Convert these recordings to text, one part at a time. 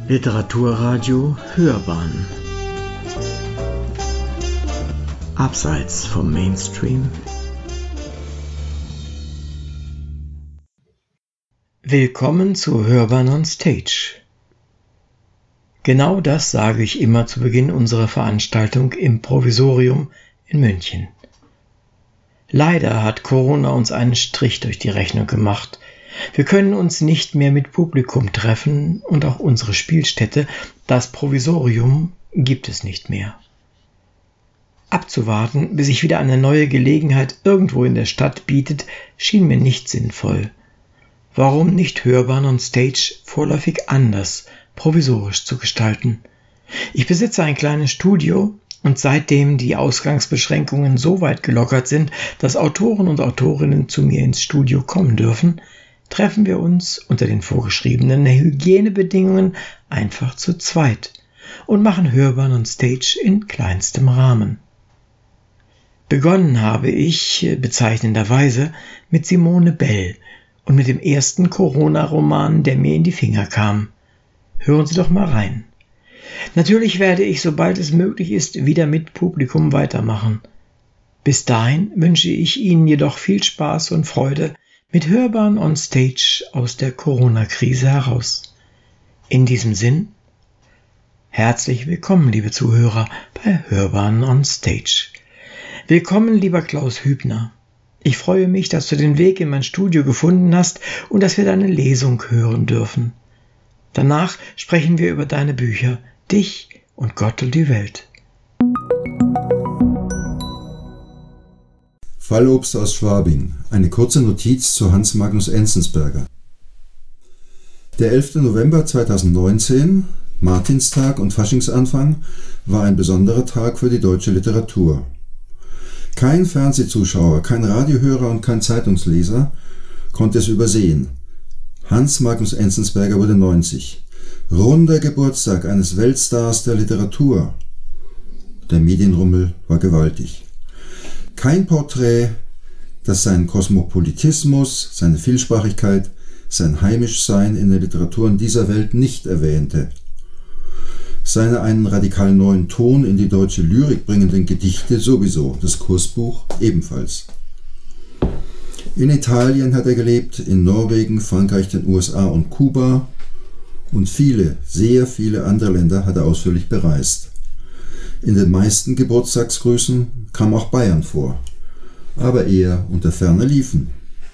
Literaturradio Hörbahn Abseits vom Mainstream. Willkommen zu Hörbahn on Stage. Genau das sage ich immer zu Beginn unserer Veranstaltung im Provisorium in München. Leider hat Corona uns einen Strich durch die Rechnung gemacht. Wir können uns nicht mehr mit Publikum treffen und auch unsere Spielstätte, das Provisorium, gibt es nicht mehr. Abzuwarten, bis sich wieder eine neue Gelegenheit irgendwo in der Stadt bietet, schien mir nicht sinnvoll. Warum nicht Hörbahn on Stage vorläufig anders, provisorisch zu gestalten? Ich besitze ein kleines Studio und seitdem die Ausgangsbeschränkungen so weit gelockert sind, dass Autoren und Autorinnen zu mir ins Studio kommen dürfen, treffen wir uns unter den vorgeschriebenen Hygienebedingungen einfach zu zweit und machen Hörbahn on Stage in kleinstem Rahmen. Begonnen habe ich, bezeichnenderweise, mit Simone Bell und mit dem ersten Corona-Roman, der mir in die Finger kam. Hören Sie doch mal rein. Natürlich werde ich, sobald es möglich ist, wieder mit Publikum weitermachen. Bis dahin wünsche ich Ihnen jedoch viel Spaß und Freude mit Hörbahn on Stage aus der Corona-Krise heraus. In diesem Sinn, herzlich willkommen, liebe Zuhörer, bei Hörbahn on Stage. Willkommen, lieber Klaus Hübner. Ich freue mich, dass du den Weg in mein Studio gefunden hast und dass wir deine Lesung hören dürfen. Danach sprechen wir über deine Bücher, dich und Gott und die Welt. Fallobst aus Schwabing. Eine kurze Notiz zu Hans Magnus Enzensberger. Der 11. November 2019, Martinstag und Faschingsanfang, war ein besonderer Tag für die deutsche Literatur. Kein Fernsehzuschauer, kein Radiohörer und kein Zeitungsleser konnte es übersehen. Hans Magnus Enzensberger wurde 90. Runder Geburtstag eines Weltstars der Literatur. Der Medienrummel war gewaltig. Kein Porträt, das seinen Kosmopolitismus, seine Vielsprachigkeit, sein Heimischsein in den Literaturen dieser Welt nicht erwähnte. Seine einen radikal neuen Ton in die deutsche Lyrik bringenden Gedichte sowieso, das Kursbuch ebenfalls. In Italien hat er gelebt, in Norwegen, Frankreich, den USA und Kuba und viele, sehr viele andere Länder hat er ausführlich bereist. In den meisten Geburtstagsgrüßen kam auch Bayern vor, aber eher unter ferner Liefen.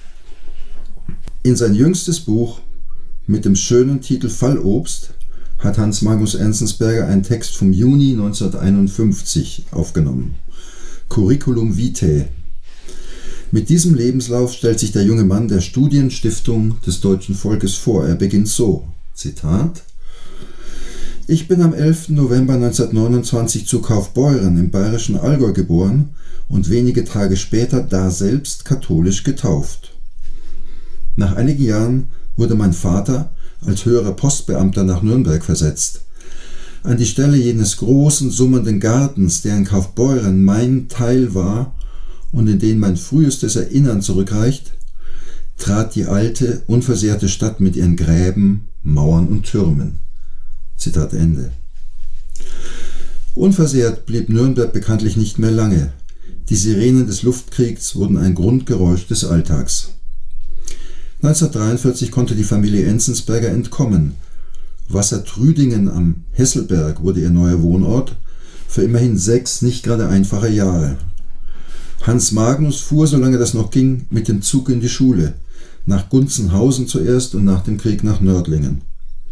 In sein jüngstes Buch mit dem schönen Titel Fallobst hat Hans Magnus Enzensberger einen Text vom Juni 1951 aufgenommen. Curriculum Vitae. Mit diesem Lebenslauf stellt sich der junge Mann der Studienstiftung des deutschen Volkes vor. Er beginnt so, Zitat: Ich bin am 11. November 1929 zu Kaufbeuren im bayerischen Allgäu geboren und wenige Tage später daselbst katholisch getauft. Nach einigen Jahren wurde mein Vater als höherer Postbeamter nach Nürnberg versetzt. An die Stelle jenes großen, summenden Gartens, der in Kaufbeuren mein Teil war und in den mein frühestes Erinnern zurückreicht, trat die alte, unversehrte Stadt mit ihren Gräben, Mauern und Türmen. Zitat Ende. Unversehrt blieb Nürnberg bekanntlich nicht mehr lange. Die Sirenen des Luftkriegs wurden ein Grundgeräusch des Alltags. 1943 konnte die Familie Enzensberger entkommen. Wassertrüdingen am Hesselberg wurde ihr neuer Wohnort für immerhin 6 nicht gerade einfache Jahre. Hans Magnus fuhr, solange das noch ging, mit dem Zug in die Schule, nach Gunzenhausen zuerst und nach dem Krieg nach Nördlingen.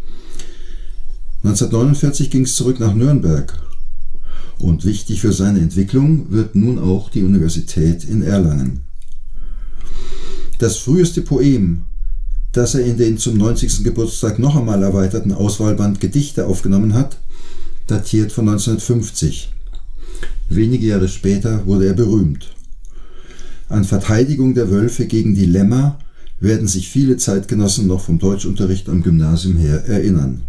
1949 ging es zurück nach Nürnberg und wichtig für seine Entwicklung wird nun auch die Universität in Erlangen. Das früheste Poem, das er in den zum 90. Geburtstag noch einmal erweiterten Auswahlband Gedichte aufgenommen hat, datiert von 1950. Wenige Jahre später wurde er berühmt. An Verteidigung der Wölfe gegen die Lämmer werden sich viele Zeitgenossen noch vom Deutschunterricht am Gymnasium her erinnern.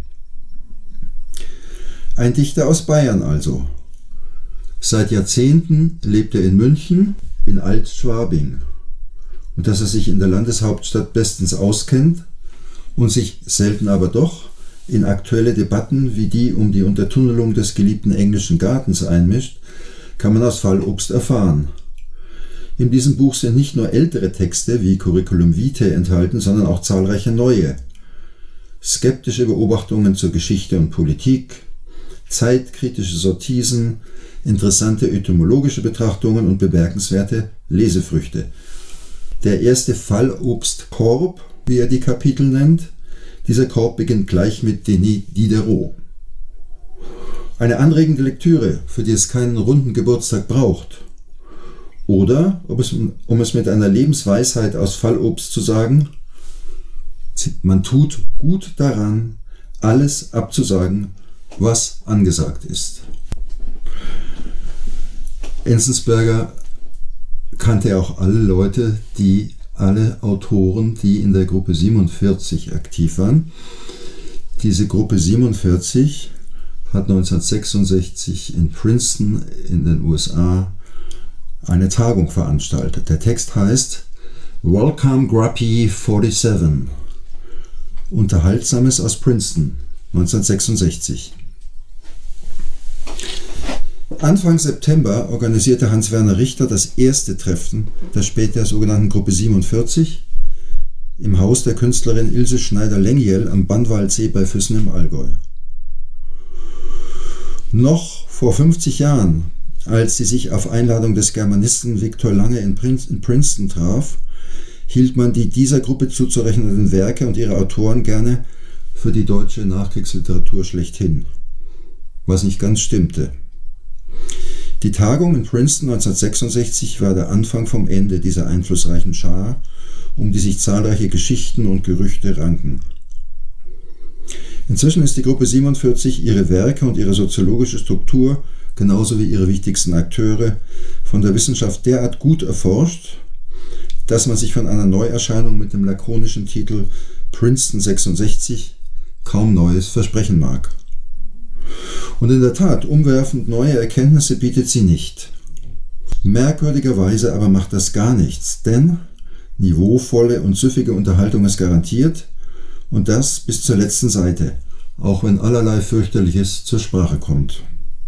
Ein Dichter aus Bayern also. Seit Jahrzehnten lebt er in München, in Alt-Schwabing. Und dass er sich in der Landeshauptstadt bestens auskennt und sich selten aber doch in aktuelle Debatten wie die um die Untertunnelung des geliebten englischen Gartens einmischt, kann man aus Fallobst erfahren. In diesem Buch sind nicht nur ältere Texte wie Curriculum Vitae enthalten, sondern auch zahlreiche neue. Skeptische Beobachtungen zur Geschichte und Politik, zeitkritische Sortisen, interessante etymologische Betrachtungen und bemerkenswerte Lesefrüchte. Der erste Fallobstkorb, wie er die Kapitel nennt, dieser Korb beginnt gleich mit Denis Diderot. Eine anregende Lektüre, für die es keinen runden Geburtstag braucht. Oder, um es mit einer Lebensweisheit aus Fallobst zu sagen, man tut gut daran, alles abzusagen, was angesagt ist. Enzensberger kannte auch alle Autoren, die in der Gruppe 47 aktiv waren. Diese Gruppe 47 hat 1966 in Princeton in den USA eine Tagung veranstaltet. Der Text heißt Welcome Gruppy 47. Unterhaltsames aus Princeton, 1966. Anfang September organisierte Hans-Werner Richter das erste Treffen der später sogenannten Gruppe 47 im Haus der Künstlerin Ilse Schneider-Lengiel am Bannwaldsee bei Füssen im Allgäu. Noch vor 50 Jahren, als sie sich auf Einladung des Germanisten Viktor Lange in Princeton traf, hielt man die dieser Gruppe zuzurechnenden Werke und ihre Autoren gerne für die deutsche Nachkriegsliteratur schlechthin, was nicht ganz stimmte. Die Tagung in Princeton 1966 war der Anfang vom Ende dieser einflussreichen Schar, um die sich zahlreiche Geschichten und Gerüchte ranken. Inzwischen ist die Gruppe 47, ihre Werke und ihre soziologische Struktur, genauso wie ihre wichtigsten Akteure, von der Wissenschaft derart gut erforscht, dass man sich von einer Neuerscheinung mit dem lakonischen Titel Princeton 66 kaum Neues versprechen mag. Und in der Tat, umwerfend neue Erkenntnisse bietet sie nicht. Merkwürdigerweise aber macht das gar nichts, denn niveauvolle und süffige Unterhaltung ist garantiert, und das bis zur letzten Seite, auch wenn allerlei Fürchterliches zur Sprache kommt.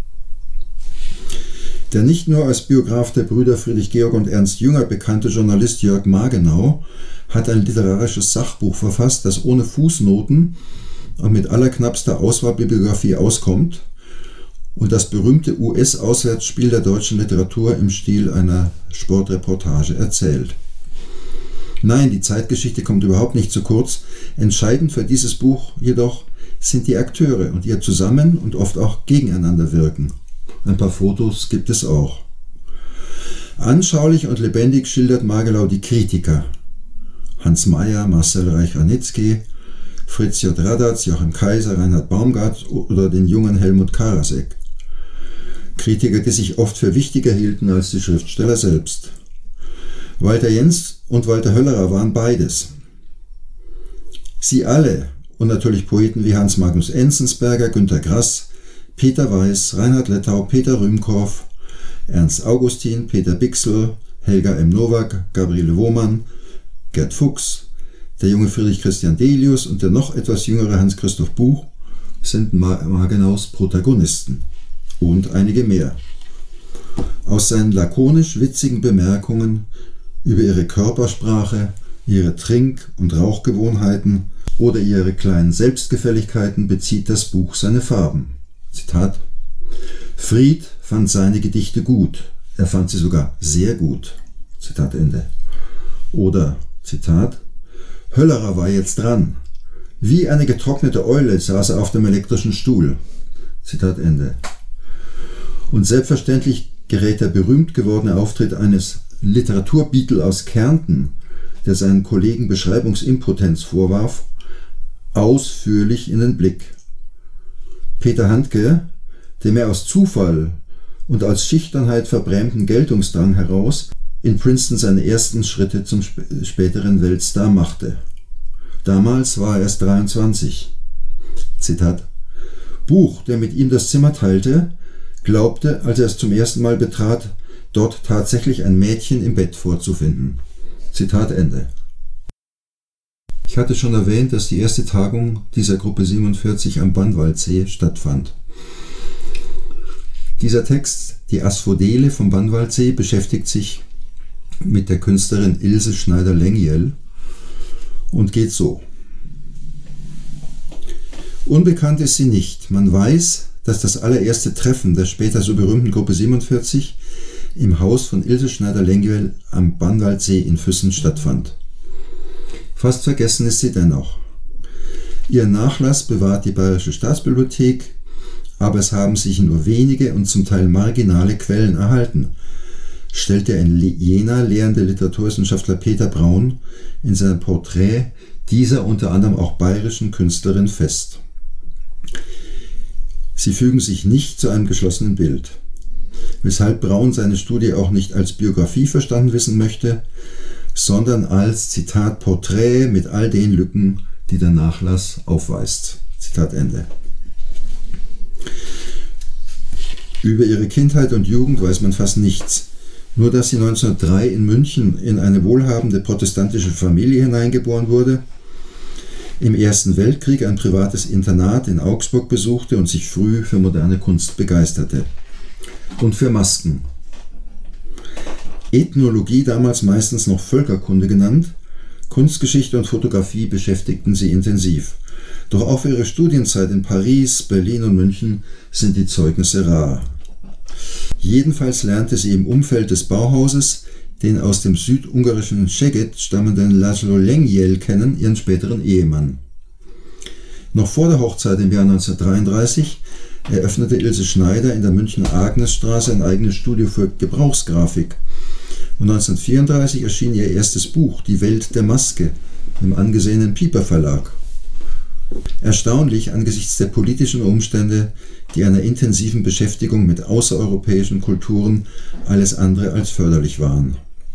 Der nicht nur als Biograf der Brüder Friedrich Georg und Ernst Jünger bekannte Journalist Jörg Margenau hat ein literarisches Sachbuch verfasst, das ohne Fußnoten und mit allerknappster Auswahlbibliografie auskommt und das berühmte US-Auswärtsspiel der deutschen Literatur im Stil einer Sportreportage erzählt. Nein, die Zeitgeschichte kommt überhaupt nicht zu kurz. Entscheidend für dieses Buch jedoch sind die Akteure und ihr zusammen und oft auch gegeneinander wirken. Ein paar Fotos gibt es auch. Anschaulich und lebendig schildert Margenau die Kritiker. Hans Mayer, Marcel Reich-Ranitzky, Fritz J. Radatz, Joachim Kaiser, Reinhard Baumgart oder den jungen Helmut Karasek. Kritiker, die sich oft für wichtiger hielten als die Schriftsteller selbst. Walter Jens und Walter Höllerer waren beides. Sie alle, und natürlich Poeten wie Hans Magnus Enzensberger, Günter Grass, Peter Weiß, Reinhard Lettau, Peter Rühmkorff, Ernst Augustin, Peter Bixel, Helga M. Nowak, Gabriele Wohmann, Gerd Fuchs, der junge Friedrich Christian Delius und der noch etwas jüngere Hans-Christoph Buch sind Margenaus Protagonisten und einige mehr. Aus seinen lakonisch witzigen Bemerkungen über ihre Körpersprache, ihre Trink- und Rauchgewohnheiten oder ihre kleinen Selbstgefälligkeiten bezieht das Buch seine Farben. Zitat: Fried fand seine Gedichte gut, er fand sie sogar sehr gut. Zitat Ende. Oder, Zitat: Höllerer war jetzt dran. Wie eine getrocknete Eule saß er auf dem elektrischen Stuhl. Zitat Ende. Und selbstverständlich gerät der berühmt gewordene Auftritt eines Literaturbeatle aus Kärnten, der seinen Kollegen Beschreibungsimpotenz vorwarf, ausführlich in den Blick. Peter Handke, dem er aus Zufall und aus Schüchternheit verbrämten Geltungsdrang heraus in Princeton seine ersten Schritte zum späteren Weltstar machte. Damals war er erst 23. Zitat: Buch, der mit ihm das Zimmer teilte, glaubte, als er es zum ersten Mal betrat, dort tatsächlich ein Mädchen im Bett vorzufinden. Zitat Ende. Ich hatte schon erwähnt, dass die erste Tagung dieser Gruppe 47 am Bannwaldsee stattfand. Dieser Text, die Asphodele vom Bannwaldsee, beschäftigt sich mit der Künstlerin Ilse Schneider-Lengyel und geht so. Unbekannt ist sie nicht. Man weiß, dass das allererste Treffen der später so berühmten Gruppe 47 im Haus von Ilse Schneider-Lengyel am Bannwaldsee in Füssen stattfand. Fast vergessen ist sie dennoch. Ihren Nachlass bewahrt die Bayerische Staatsbibliothek, aber es haben sich nur wenige und zum Teil marginale Quellen erhalten, stellt der in Jena lehrende Literaturwissenschaftler Peter Braun in seinem Porträt dieser unter anderem auch bayerischen Künstlerin fest. Sie fügen sich nicht zu einem geschlossenen Bild, weshalb Braun seine Studie auch nicht als Biografie verstanden wissen möchte, sondern als, Zitat, Porträt mit all den Lücken, die der Nachlass aufweist. Zitat Ende. Über ihre Kindheit und Jugend weiß man fast nichts. Nur, dass sie 1903 in München in eine wohlhabende protestantische Familie hineingeboren wurde, im Ersten Weltkrieg ein privates Internat in Augsburg besuchte und sich früh für moderne Kunst begeisterte. Und für Masken. Ethnologie, damals meistens noch Völkerkunde genannt, Kunstgeschichte und Fotografie beschäftigten sie intensiv. Doch auch für ihre Studienzeit in Paris, Berlin und München sind die Zeugnisse rar. Jedenfalls lernte sie im Umfeld des Bauhauses den aus dem südungarischen Szeged stammenden László Lengyel kennen, ihren späteren Ehemann. Noch vor der Hochzeit im Jahr 1933 eröffnete Ilse Schneider in der Münchner Agnesstraße ein eigenes Studio für Gebrauchsgrafik. Und 1934 erschien ihr erstes Buch, Die Welt der Maske, im angesehenen Piper Verlag. Erstaunlich angesichts der politischen Umstände, die einer intensiven Beschäftigung mit außereuropäischen Kulturen alles andere als förderlich waren.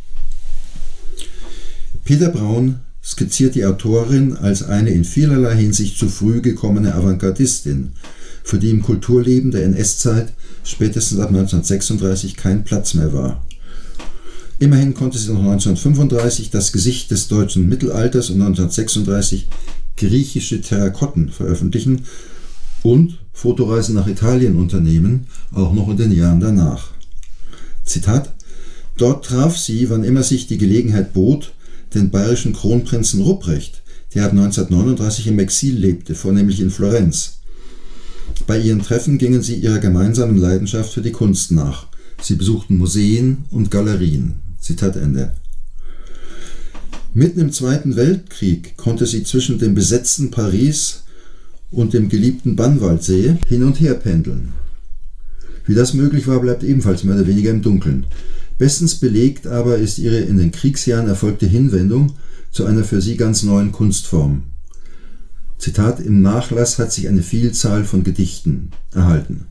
Peter Braun skizziert die Autorin als eine in vielerlei Hinsicht zu früh gekommene Avantgardistin, für die im Kulturleben der NS-Zeit spätestens ab 1936 kein Platz mehr war. Immerhin konnte sie noch 1935 das Gesicht des deutschen Mittelalters und 1936 griechische Terrakotten veröffentlichen und Fotoreisen nach Italien unternehmen, auch noch in den Jahren danach. Zitat: Dort traf sie, wann immer sich die Gelegenheit bot, den bayerischen Kronprinzen Rupprecht, der ab 1939 im Exil lebte, vornehmlich in Florenz. Bei ihren Treffen gingen sie ihrer gemeinsamen Leidenschaft für die Kunst nach. Sie besuchten Museen und Galerien. Zitat Ende. Mitten im Zweiten Weltkrieg konnte sie zwischen dem besetzten Paris und dem geliebten Bannwaldsee hin und her pendeln. Wie das möglich war, bleibt ebenfalls mehr oder weniger im Dunkeln. Bestens belegt aber ist ihre in den Kriegsjahren erfolgte Hinwendung zu einer für sie ganz neuen Kunstform. Zitat: Im Nachlass hat sich eine Vielzahl von Gedichten erhalten.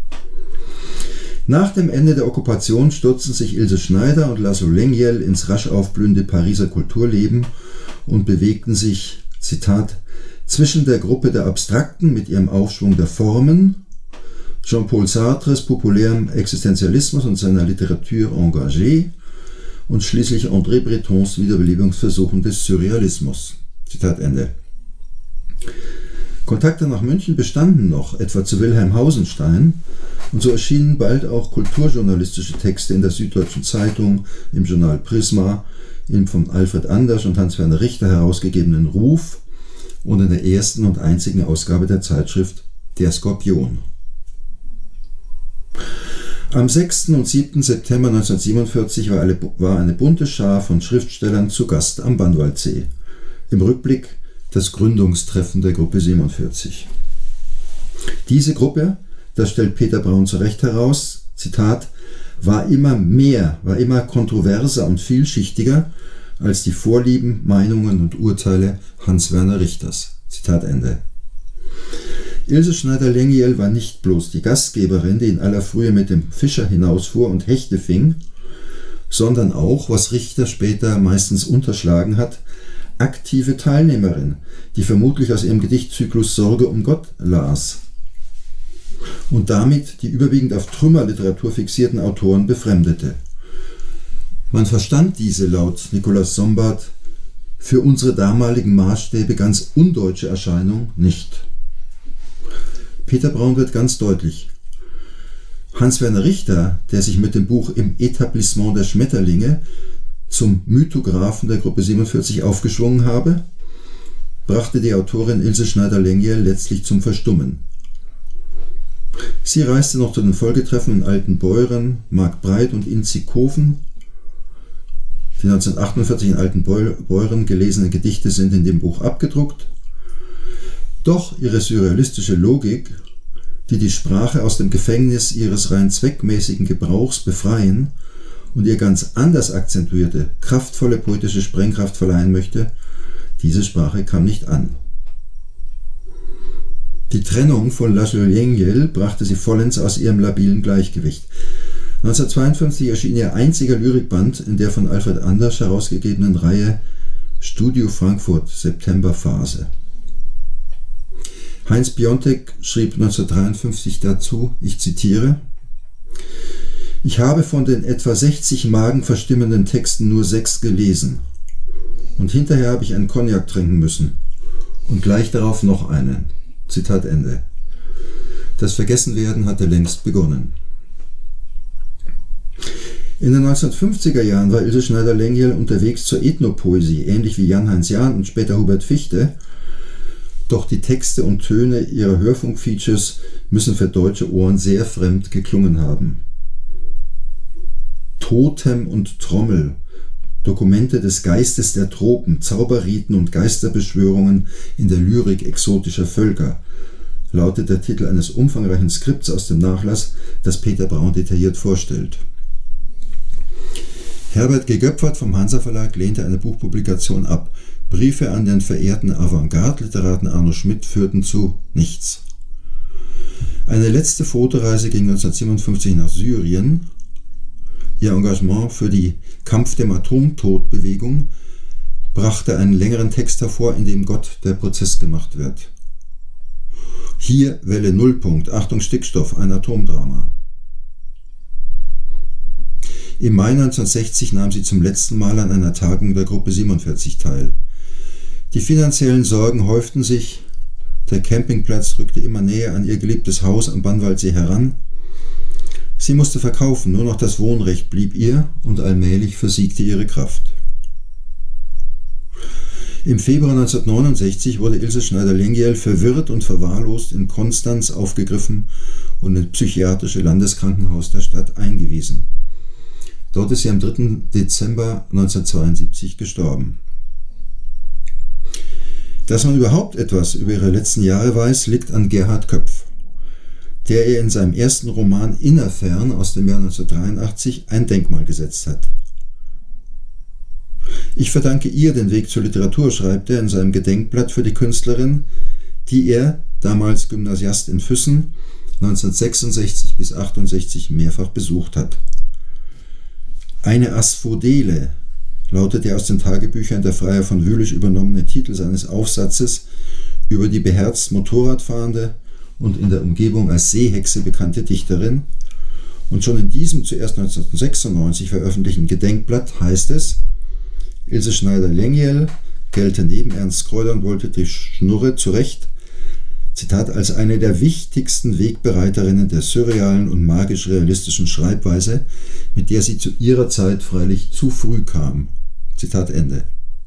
Nach dem Ende der Okkupation stürzten sich Ilse Schneider und László Lengyel ins rasch aufblühende Pariser Kulturleben und bewegten sich, Zitat, zwischen der Gruppe der Abstrakten mit ihrem Aufschwung der Formen, Jean-Paul Sartres populärem Existenzialismus und seiner Literatur engagée und schließlich André Bretons Wiederbelebungsversuchen des Surrealismus. Zitat Ende. Kontakte nach München bestanden noch, etwa zu Wilhelm Hausenstein, und so erschienen bald auch kulturjournalistische Texte in der Süddeutschen Zeitung, im Journal Prisma, im von Alfred Andersch und Hans-Werner Richter herausgegebenen Ruf und in der ersten und einzigen Ausgabe der Zeitschrift Der Skorpion. Am 6. und 7. September 1947 war eine bunte Schar von Schriftstellern zu Gast am Bannwaldsee. Im Rückblick das Gründungstreffen der Gruppe 47. Diese Gruppe, das stellt Peter Braun zu Recht heraus, Zitat, war immer kontroverser und vielschichtiger als die Vorlieben, Meinungen und Urteile Hans-Werner Richters. Zitat Ende. Ilse Schneider-Lengyel war nicht bloß die Gastgeberin, die in aller Frühe mit dem Fischer hinausfuhr und Hechte fing, sondern auch, was Richter später meistens unterschlagen hat, aktive Teilnehmerin, die vermutlich aus ihrem Gedichtzyklus Sorge um Gott las und damit die überwiegend auf Trümmerliteratur fixierten Autoren befremdete. Man verstand diese laut Nikolaus Sombart für unsere damaligen Maßstäbe ganz undeutsche Erscheinung nicht. Peter Braun wird ganz deutlich. Hans-Werner Richter, der sich mit dem Buch Im Etablissement der Schmetterlinge zum Mythographen der Gruppe 47 aufgeschwungen habe, brachte die Autorin Ilse Schneider-Lengiel letztlich zum Verstummen. Sie reiste noch zu den Folgetreffen in Altenbeuren, Marktbreit und Inzigkofen. Die 1948 in Altenbeuren gelesenen Gedichte sind in dem Buch abgedruckt. Doch ihre surrealistische Logik, die die Sprache aus dem Gefängnis ihres rein zweckmäßigen Gebrauchs befreien und ihr ganz anders akzentuierte, kraftvolle poetische Sprengkraft verleihen möchte, diese Sprache kam nicht an. Die Trennung von La Lengiel brachte sie vollends aus ihrem labilen Gleichgewicht. 1952 erschien ihr einziger Lyrikband in der von Alfred Andersch herausgegebenen Reihe Studio Frankfurt Septemberphase. Heinz Biontek schrieb 1953 dazu, ich zitiere: Ich habe von den etwa 60 magenverstimmenden Texten nur 6 gelesen. Und hinterher habe ich einen Cognac trinken müssen. Und gleich darauf noch einen. Zitat Ende. Das Vergessenwerden hatte längst begonnen. In den 1950er Jahren war Ilse Schneider-Lengiel unterwegs zur Ethnopoesie, ähnlich wie Jan-Heinz Jahn und später Hubert Fichte. Doch die Texte und Töne ihrer Hörfunkfeatures müssen für deutsche Ohren sehr fremd geklungen haben. Totem und Trommel, Dokumente des Geistes der Tropen, Zauberriten und Geisterbeschwörungen in der Lyrik exotischer Völker, lautet der Titel eines umfangreichen Skripts aus dem Nachlass, das Peter Braun detailliert vorstellt. Herbert G. Göpfert vom Hansa Verlag lehnte eine Buchpublikation ab. Briefe an den verehrten Avantgarde-Literaten Arno Schmidt führten zu nichts. Eine letzte Fotoreise ging 1957 nach Syrien. Ihr Engagement für die Kampf dem Atomtod-Bewegung brachte einen längeren Text hervor, in dem Gott der Prozess gemacht wird. Hier Welle Nullpunkt, Achtung Stickstoff, ein Atomdrama. Im Mai 1960 nahm sie zum letzten Mal an einer Tagung der Gruppe 47 teil. Die finanziellen Sorgen häuften sich, der Campingplatz rückte immer näher an ihr geliebtes Haus am Bannwaldsee heran. Sie musste verkaufen, nur noch das Wohnrecht blieb ihr und allmählich versiegte ihre Kraft. Im Februar 1969 wurde Ilse Schneider-Lengiel verwirrt und verwahrlost in Konstanz aufgegriffen und ins psychiatrische Landeskrankenhaus der Stadt eingewiesen. Dort ist sie am 3. Dezember 1972 gestorben. Dass man überhaupt etwas über ihre letzten Jahre weiß, liegt an Gerhard Köpf, der ihr in seinem ersten Roman Innerfern aus dem Jahr 1983 ein Denkmal gesetzt hat. Ich verdanke ihr den Weg zur Literatur, schreibt er in seinem Gedenkblatt für die Künstlerin, die er, damals Gymnasiast in Füssen, 1966 bis 1968 mehrfach besucht hat. Eine Asphodele lautet der aus den Tagebüchern der Freier von Wühlisch übernommene Titel seines Aufsatzes über die beherzt Motorradfahrende und in der Umgebung als Seehexe bekannte Dichterin. Und schon in diesem zuerst 1996 veröffentlichten Gedenkblatt heißt es: Ilse Schneider-Lengiel gelte neben Ernst Kräuter und Wolfried Schnurre zu Recht, Zitat, als eine der wichtigsten Wegbereiterinnen der surrealen und magisch-realistischen Schreibweise, mit der sie zu ihrer Zeit freilich zu früh kam. Zitat Ende.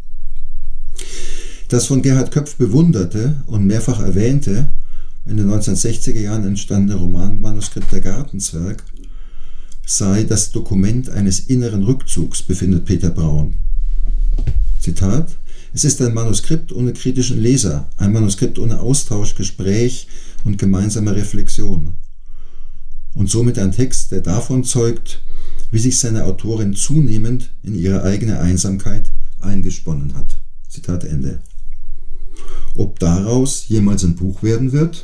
Das von Gerhard Köpf bewunderte und mehrfach erwähnte, in den 1960er Jahren entstandene Romanmanuskript Der Gartenzwerg sei das Dokument eines inneren Rückzugs, befindet Peter Braun. Zitat: Es ist ein Manuskript ohne kritischen Leser, ein Manuskript ohne Austausch, Gespräch und gemeinsame Reflexion. Und somit ein Text, der davon zeugt, wie sich seine Autorin zunehmend in ihre eigene Einsamkeit eingesponnen hat. Zitat Ende. Ob daraus jemals ein Buch werden wird?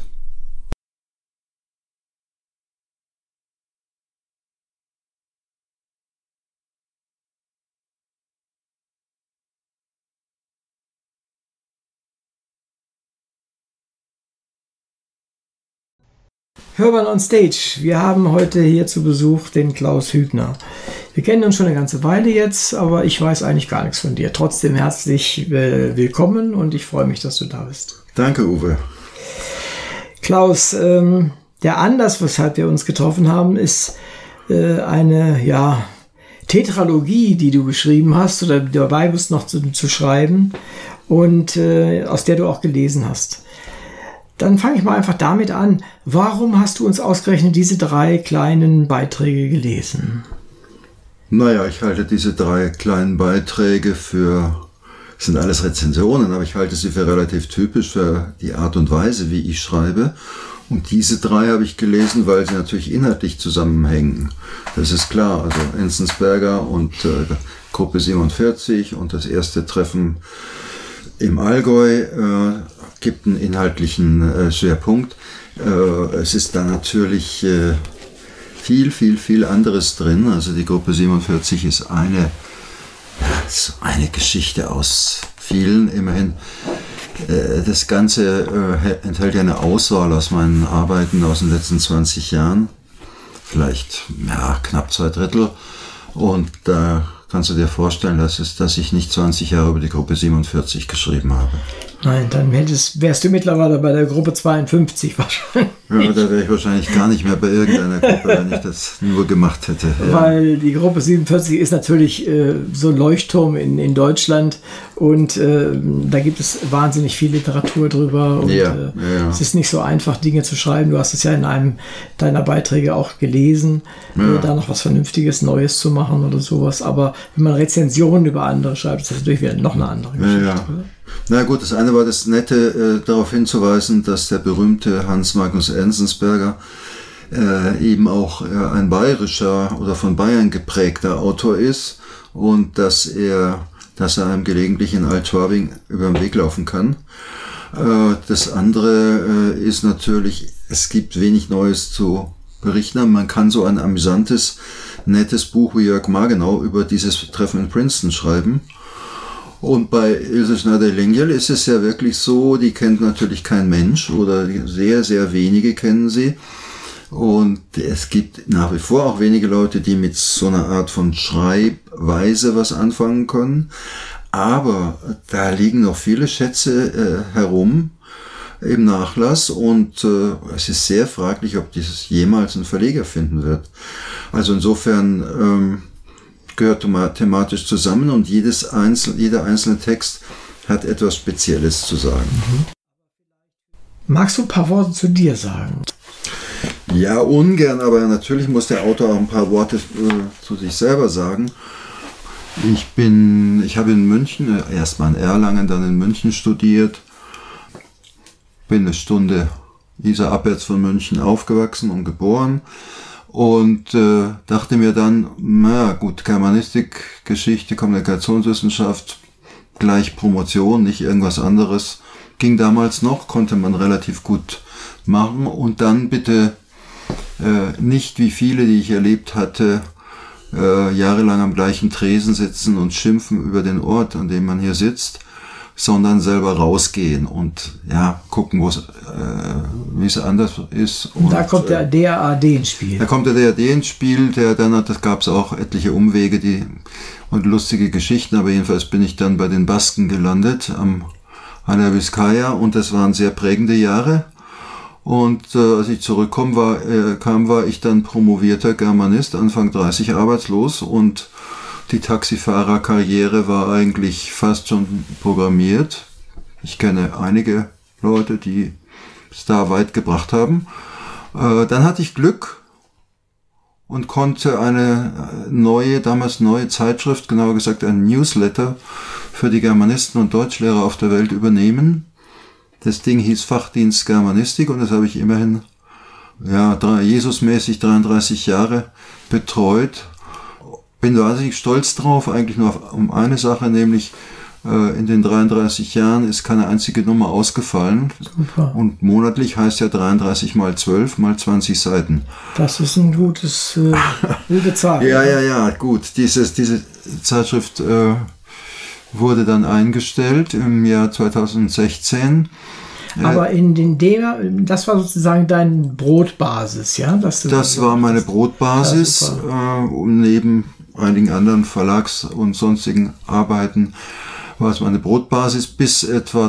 Hörbahn on Stage. Wir haben heute hier zu Besuch den Klaus Hübner. Wir kennen uns schon eine ganze Weile jetzt, aber ich weiß eigentlich gar nichts von dir. Trotzdem herzlich willkommen und ich freue mich, dass du da bist. Danke, Uwe. Klaus, der Anlass, weshalb wir uns getroffen haben, ist eine Tetralogie, die du geschrieben hast oder dabei bist noch zu schreiben und aus der du auch gelesen hast. Dann fange ich mal einfach damit an. Warum hast du uns ausgerechnet diese 3 kleinen Beiträge gelesen? Naja, ich halte diese 3 kleinen Beiträge es sind alles Rezensionen, aber ich halte sie für relativ typisch für die Art und Weise, wie ich schreibe. Und diese 3 habe ich gelesen, weil sie natürlich inhaltlich zusammenhängen. Das ist klar, also Enzensberger und Gruppe 47 und das erste Treffen im Allgäu gibt einen inhaltlichen Schwerpunkt. Es ist da natürlich viel anderes drin. Also die Gruppe 47 ist eine Geschichte aus vielen, immerhin. Das Ganze enthält ja eine Auswahl aus meinen Arbeiten aus den letzten 20 Jahren. Vielleicht knapp 2/3. Und da kannst du dir vorstellen, dass ich nicht 20 Jahre über die Gruppe 47 geschrieben habe. Nein, dann wärst du mittlerweile bei der Gruppe 52 wahrscheinlich. Ja, da wäre ich wahrscheinlich gar nicht mehr bei irgendeiner Gruppe, wenn ich das nur gemacht hätte. Ja. Weil die Gruppe 47 ist natürlich so ein Leuchtturm in Deutschland und da gibt es wahnsinnig viel Literatur drüber und es ist nicht so einfach, Dinge zu schreiben. Du hast es ja in einem deiner Beiträge auch gelesen, da noch was Vernünftiges, Neues zu machen oder sowas. Aber wenn man Rezensionen über andere schreibt, ist das natürlich wieder noch eine andere Geschichte. Ja. Na gut, das eine war das Nette, darauf hinzuweisen, dass der berühmte Hans Magnus Enzensberger eben auch ein bayerischer oder von Bayern geprägter Autor ist und dass er einem gelegentlich in Alt-Schwabing über den Weg laufen kann. Das andere ist natürlich, es gibt wenig Neues zu berichten. Man kann so ein amüsantes, nettes Buch wie Jörg Margenau über dieses Treffen in Princeton schreiben. Und bei Ilse Schneider-Lengyel ist es ja wirklich so, die kennt natürlich kein Mensch oder sehr wenige kennen sie. Und es gibt nach wie vor auch wenige Leute, die mit so einer Art von Schreibweise was anfangen können. Aber da liegen noch viele Schätze herum im Nachlass und es ist sehr fraglich, ob dieses jemals ein Verleger finden wird. Also insofern gehört thematisch zusammen und jeder einzelne Text hat etwas Spezielles zu sagen. Magst du ein paar Worte zu dir sagen? Ja, ungern, aber natürlich muss der Autor auch ein paar Worte zu sich selber sagen. Ich habe in München, erstmal in Erlangen, dann in München studiert, bin eine Stunde Isar abwärts von München aufgewachsen und geboren. Und dachte mir dann, na gut, Germanistik, Geschichte, Kommunikationswissenschaft, gleich Promotion, nicht irgendwas anderes. Ging damals noch, konnte man relativ gut machen. Und dann bitte nicht wie viele, die ich erlebt hatte, jahrelang am gleichen Tresen sitzen und schimpfen über den Ort, an dem man hier sitzt, sondern selber rausgehen und gucken, wie es anders ist. Und da kommt der DAAD ins Spiel. Da kommt der DAAD ins Spiel, das gab es auch etliche Umwege und lustige Geschichten, aber jedenfalls bin ich dann bei den Basken gelandet an der Vizcaya und das waren sehr prägende Jahre. Und als ich zurückkam, war ich dann promovierter Germanist, Anfang 30 arbeitslos und die Taxifahrerkarriere war eigentlich fast schon programmiert. Ich kenne einige Leute, die es da weit gebracht haben. Dann hatte ich Glück und konnte eine damals neue Zeitschrift, genauer gesagt ein Newsletter für die Germanisten und Deutschlehrer auf der Welt übernehmen. Das Ding hieß Fachdienst Germanistik und das habe ich immerhin Jesusmäßig 33 Jahre betreut. Bin wahnsinnig stolz drauf, eigentlich nur um eine Sache, nämlich in den 33 Jahren ist keine einzige Nummer ausgefallen. Super. Und monatlich heißt ja 33 mal 12 mal 20 Seiten. Das ist ein gute Zahl. Ja, gut. Diese Zeitschrift wurde dann eingestellt im Jahr 2016. Aber das war sozusagen deine Brotbasis, ja? Das war meine Brotbasis, neben einigen anderen Verlags- und sonstigen Arbeiten war es meine Brotbasis bis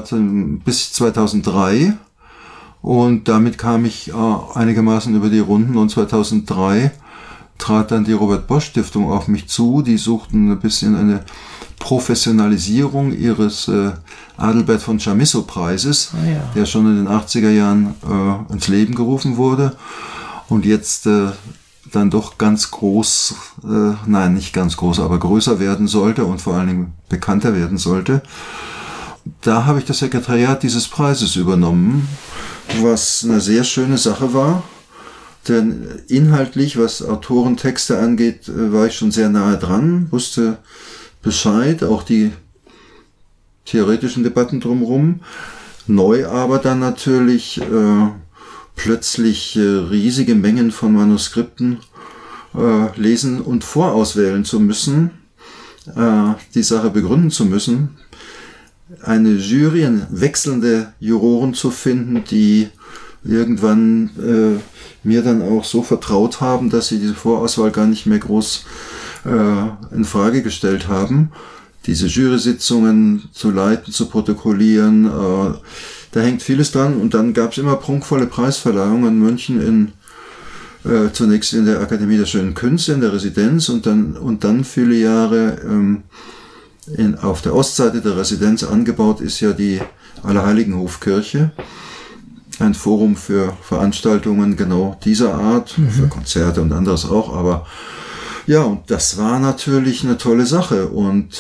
2003. Und damit kam ich einigermaßen über die Runden, und 2003 trat dann die Robert-Bosch-Stiftung auf mich zu. Die suchten ein bisschen eine Professionalisierung ihres Adalbert von Chamisso-Preises, der schon in den 80er Jahren ins Leben gerufen wurde und jetzt dann doch ganz groß, nein, nicht ganz groß, aber größer werden sollte und vor allen Dingen bekannter werden sollte. Da habe ich das Sekretariat dieses Preises übernommen, was eine sehr schöne Sache war, denn inhaltlich, was Autorentexte angeht, war ich schon sehr nahe dran, wusste Bescheid, auch die theoretischen Debatten drumherum. Neu aber dann natürlich plötzlich riesige Mengen von Manuskripten lesen und vorauswählen zu müssen, die Sache begründen zu müssen, eine Jury, wechselnde Juroren zu finden, die irgendwann mir dann auch so vertraut haben, dass sie diese Vorauswahl gar nicht mehr groß in Frage gestellt haben. Diese Jury-Sitzungen zu leiten, zu protokollieren, da hängt vieles dran. Und dann gab es immer prunkvolle Preisverleihungen in München, zunächst in der Akademie der Schönen Künste, in der Residenz, und dann viele Jahre auf der Ostseite der Residenz angebaut ist ja die Allerheiligenhofkirche. Ein Forum für Veranstaltungen genau dieser Art, für Konzerte und anderes auch, aber ja, und das war natürlich eine tolle Sache. Und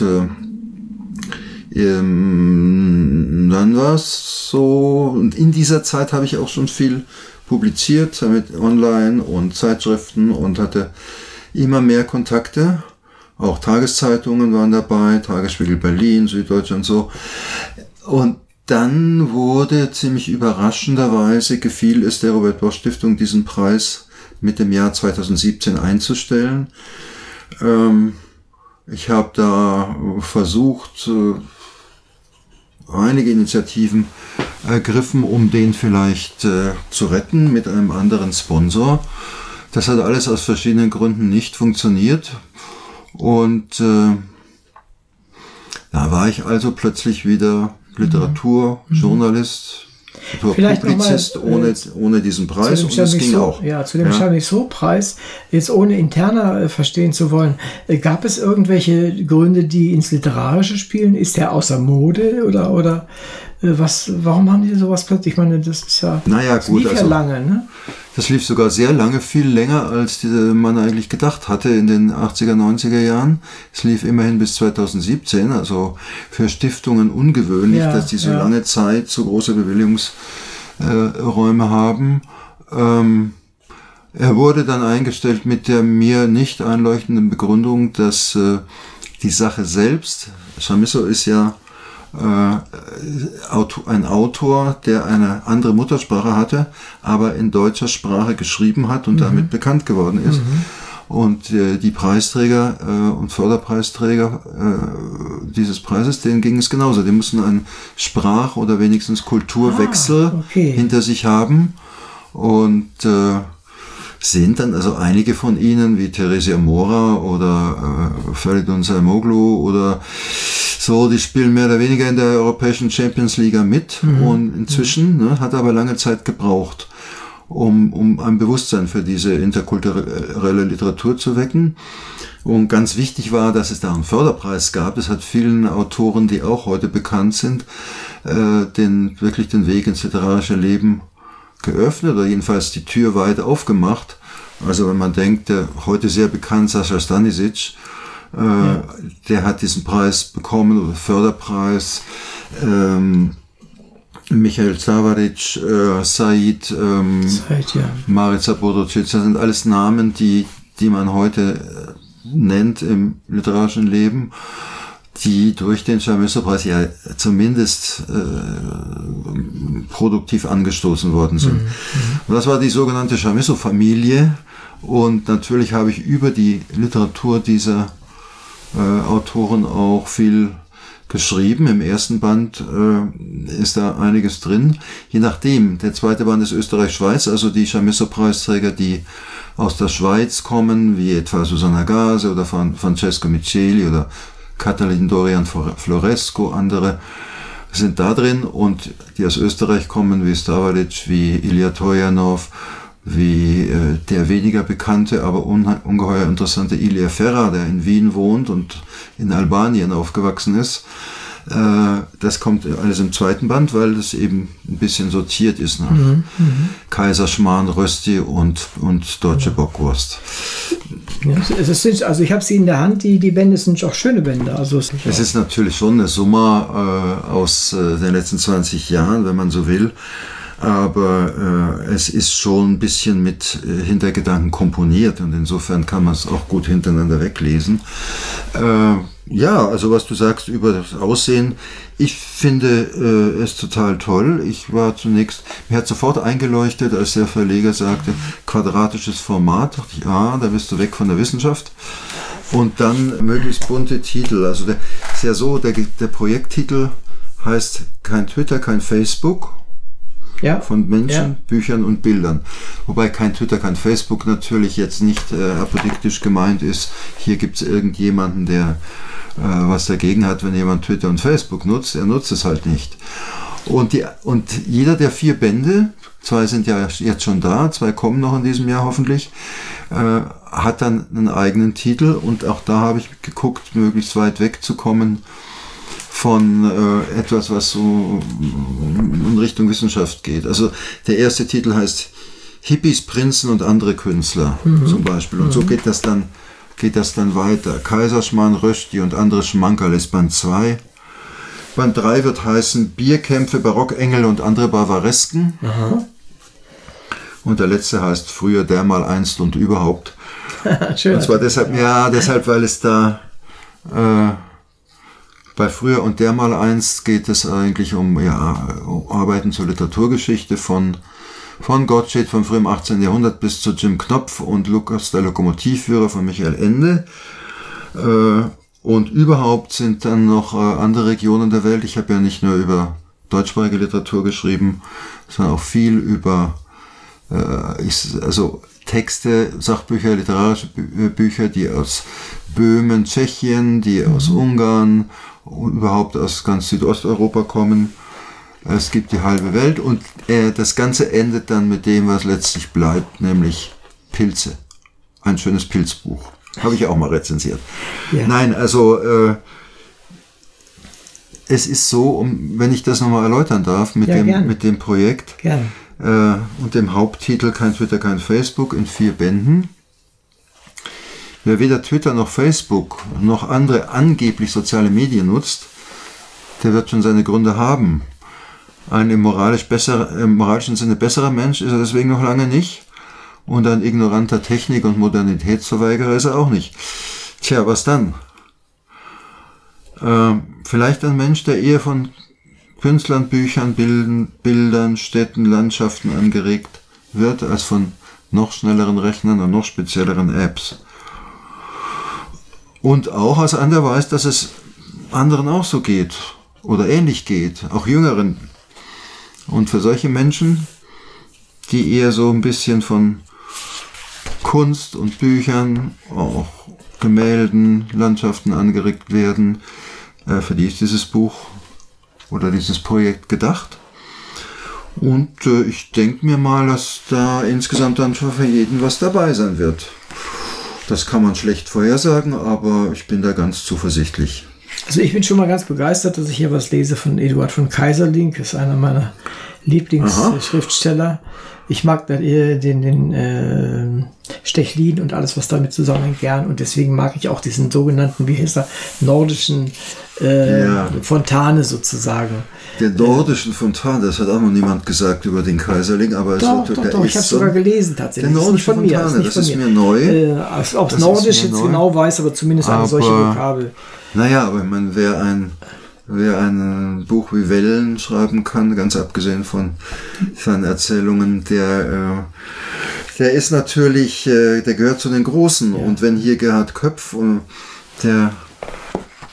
dann war es so, und in dieser Zeit habe ich auch schon viel publiziert, mit Online und Zeitschriften, und hatte immer mehr Kontakte. Auch Tageszeitungen waren dabei, Tagesspiegel Berlin, Süddeutsche und so. Und dann wurde ziemlich überraschenderweise, gefiel es der Robert-Bosch-Stiftung, diesen Preis mit dem Jahr 2017 einzustellen. Ich habe da versucht, einige Initiativen ergriffen, um den vielleicht zu retten mit einem anderen Sponsor. Das hat alles aus verschiedenen Gründen nicht funktioniert. Und da war ich also plötzlich wieder Literaturjournalist, Publizist ohne diesen Preis, und das ging auch. Ja, zu dem Chamisso-Preis, jetzt ohne interner verstehen zu wollen, gab es irgendwelche Gründe, die ins Literarische spielen? Ist der außer Mode oder warum haben die sowas plötzlich? Ich meine, das ist ja, das lief ja lange, ne? Das lief sogar sehr lange, viel länger, als man eigentlich gedacht hatte in den 80er, 90er Jahren. Es lief immerhin bis 2017, also für Stiftungen ungewöhnlich, dass die so lange Zeit, so große Bewilligungsräume haben. Er wurde dann eingestellt mit der mir nicht einleuchtenden Begründung, dass die Sache selbst, Chamisso ist ja ein Autor, der eine andere Muttersprache hatte, aber in deutscher Sprache geschrieben hat und damit bekannt geworden ist. Und die Preisträger und Förderpreisträger dieses Preises, denen ging es genauso. Die mussten einen Sprach- oder wenigstens Kulturwechsel hinter sich haben. Und sind dann also einige von ihnen, wie Theresia Mora oder Feridun Saimoglu oder so, die spielen mehr oder weniger in der Europäischen Champions Liga mit, und inzwischen hat aber lange Zeit gebraucht, um ein Bewusstsein für diese interkulturelle Literatur zu wecken. Und ganz wichtig war, dass es da einen Förderpreis gab. Es hat vielen Autoren, die auch heute bekannt sind, wirklich den Weg ins literarische Leben geöffnet oder jedenfalls die Tür weit aufgemacht. Also wenn man denkt, der heute sehr bekannt Sascha Stanisic, der hat diesen Preis bekommen, oder Förderpreis, Michael Zavaric, Said, Marica Bodocic, das sind alles Namen, die man heute nennt im literarischen Leben, die durch den Chamisso-Preis ja zumindest produktiv angestoßen worden sind. Und das war die sogenannte Chamisso-Familie, und natürlich habe ich über die Literatur dieser Autoren auch viel geschrieben. Im ersten Band ist da einiges drin. Je nachdem, der zweite Band ist Österreich-Schweiz, also die Chamisso-Preisträger, die aus der Schweiz kommen, wie etwa Susanna Gase oder Francesco Micheli oder Katalin Dorian Floresco, andere sind da drin, und die aus Österreich kommen, wie Stavalic, wie Ilya Tojanov, wie der weniger bekannte, aber ungeheuer interessante Ilya Ferra, der in Wien wohnt und in Albanien aufgewachsen ist. Das kommt alles im zweiten Band, weil das eben ein bisschen sortiert ist nach Kaiserschmarrn, Rösti und Deutsche Bockwurst. Ja, also ich habe sie in der Hand, die Bände sind auch schöne Bände. Also es ist natürlich schon eine Summe aus den letzten 20 Jahren, wenn man so will. Aber es ist schon ein bisschen mit Hintergedanken komponiert, und insofern kann man es auch gut hintereinander weglesen. Ja, also was du sagst über das Aussehen, ich finde es total toll. Ich war zunächst, mir hat sofort eingeleuchtet, als der Verleger sagte, quadratisches Format. Dachte ich, da bist du weg von der Wissenschaft. Und dann möglichst bunte Titel. Also ist ja so, der Projekttitel heißt kein Twitter, kein Facebook. Ja, von Menschen, Büchern und Bildern. Wobei kein Twitter, kein Facebook natürlich jetzt nicht apodiktisch gemeint ist. Hier gibt es irgendjemanden, der was dagegen hat, wenn jemand Twitter und Facebook nutzt. Er nutzt es halt nicht. Und jeder der 4 Bände, 2 sind ja jetzt schon da, 2 kommen noch in diesem Jahr hoffentlich, hat dann einen eigenen Titel, und auch da habe ich geguckt, möglichst weit wegzukommen von etwas, was so in Richtung Wissenschaft geht. Also der erste Titel heißt Hippies, Prinzen und andere Künstler zum Beispiel. Und so geht das dann weiter. Kaiserschmarrn, Rösti und andere Schmankerl ist Band 2. Band 3 wird heißen Bierkämpfe, Barockengel und andere Bavaresken. Aha. Und der letzte heißt Früher, dermal, einst und überhaupt. Schön. Und zwar deshalb, weil es da bei Früher und dermal einst geht es eigentlich um Arbeiten zur Literaturgeschichte von Gottsched vom frühen 18. Jahrhundert bis zu Jim Knopf und Lukas der Lokomotivführer von Michael Ende. Und überhaupt sind dann noch andere Regionen der Welt. Ich habe ja nicht nur über deutschsprachige Literatur geschrieben, sondern auch viel über Texte, Sachbücher, literarische Bücher, die aus Böhmen, Tschechien, die aus Ungarn, überhaupt aus ganz Südosteuropa kommen. Es gibt die halbe Welt, und das Ganze endet dann mit dem, was letztlich bleibt, nämlich Pilze. Ein schönes Pilzbuch. Habe ich auch mal rezensiert. Ja. Nein, also es ist so, wenn ich das nochmal erläutern darf, mit dem Projekt und dem Haupttitel Kein Twitter, kein Facebook in 4 Bänden. Wer weder Twitter noch Facebook noch andere angeblich soziale Medien nutzt, der wird schon seine Gründe haben. Ein im moralischen Sinne besserer Mensch ist er deswegen noch lange nicht. Und ein ignoranter Technik- und Modernitätsverweigerer ist er auch nicht. Tja, was dann? Vielleicht ein Mensch, der eher von Künstlern, Büchern, Bildern, Städten, Landschaften angeregt wird, als von noch schnelleren Rechnern und noch spezielleren Apps. Und auch als einer weiß, dass es anderen auch so geht oder ähnlich geht, auch Jüngeren. Und für solche Menschen, die eher so ein bisschen von Kunst und Büchern, auch Gemälden, Landschaften angeregt werden, für die ist dieses Buch oder dieses Projekt gedacht. Und ich denke mir mal, dass da insgesamt dann schon für jeden was dabei sein wird. Das kann man schlecht vorhersagen, aber ich bin da ganz zuversichtlich. Also ich bin schon mal ganz begeistert, dass ich hier was lese von Eduard von Keyserlingk. Das ist einer meiner Lieblingsschriftsteller. Ich mag den Stechlin und alles, was damit zusammenhängt, gern. Und deswegen mag ich auch diesen sogenannten, wie heißt er, nordischen Fontane sozusagen. Der nordischen Fontane, das hat auch noch niemand gesagt über den Keyserlingk, aber doch, ich habe es sogar gelesen tatsächlich. Der nordische Fontane, das ist mir neu. Ob es nordisch jetzt genau weiß, aber zumindest eine solche Vokabel. Naja, aber man wer ein Buch wie Wellen schreiben kann, ganz abgesehen von seinen Erzählungen, der ist natürlich, der gehört zu den Großen. Ja. Und wenn hier Gerhard Köpf, der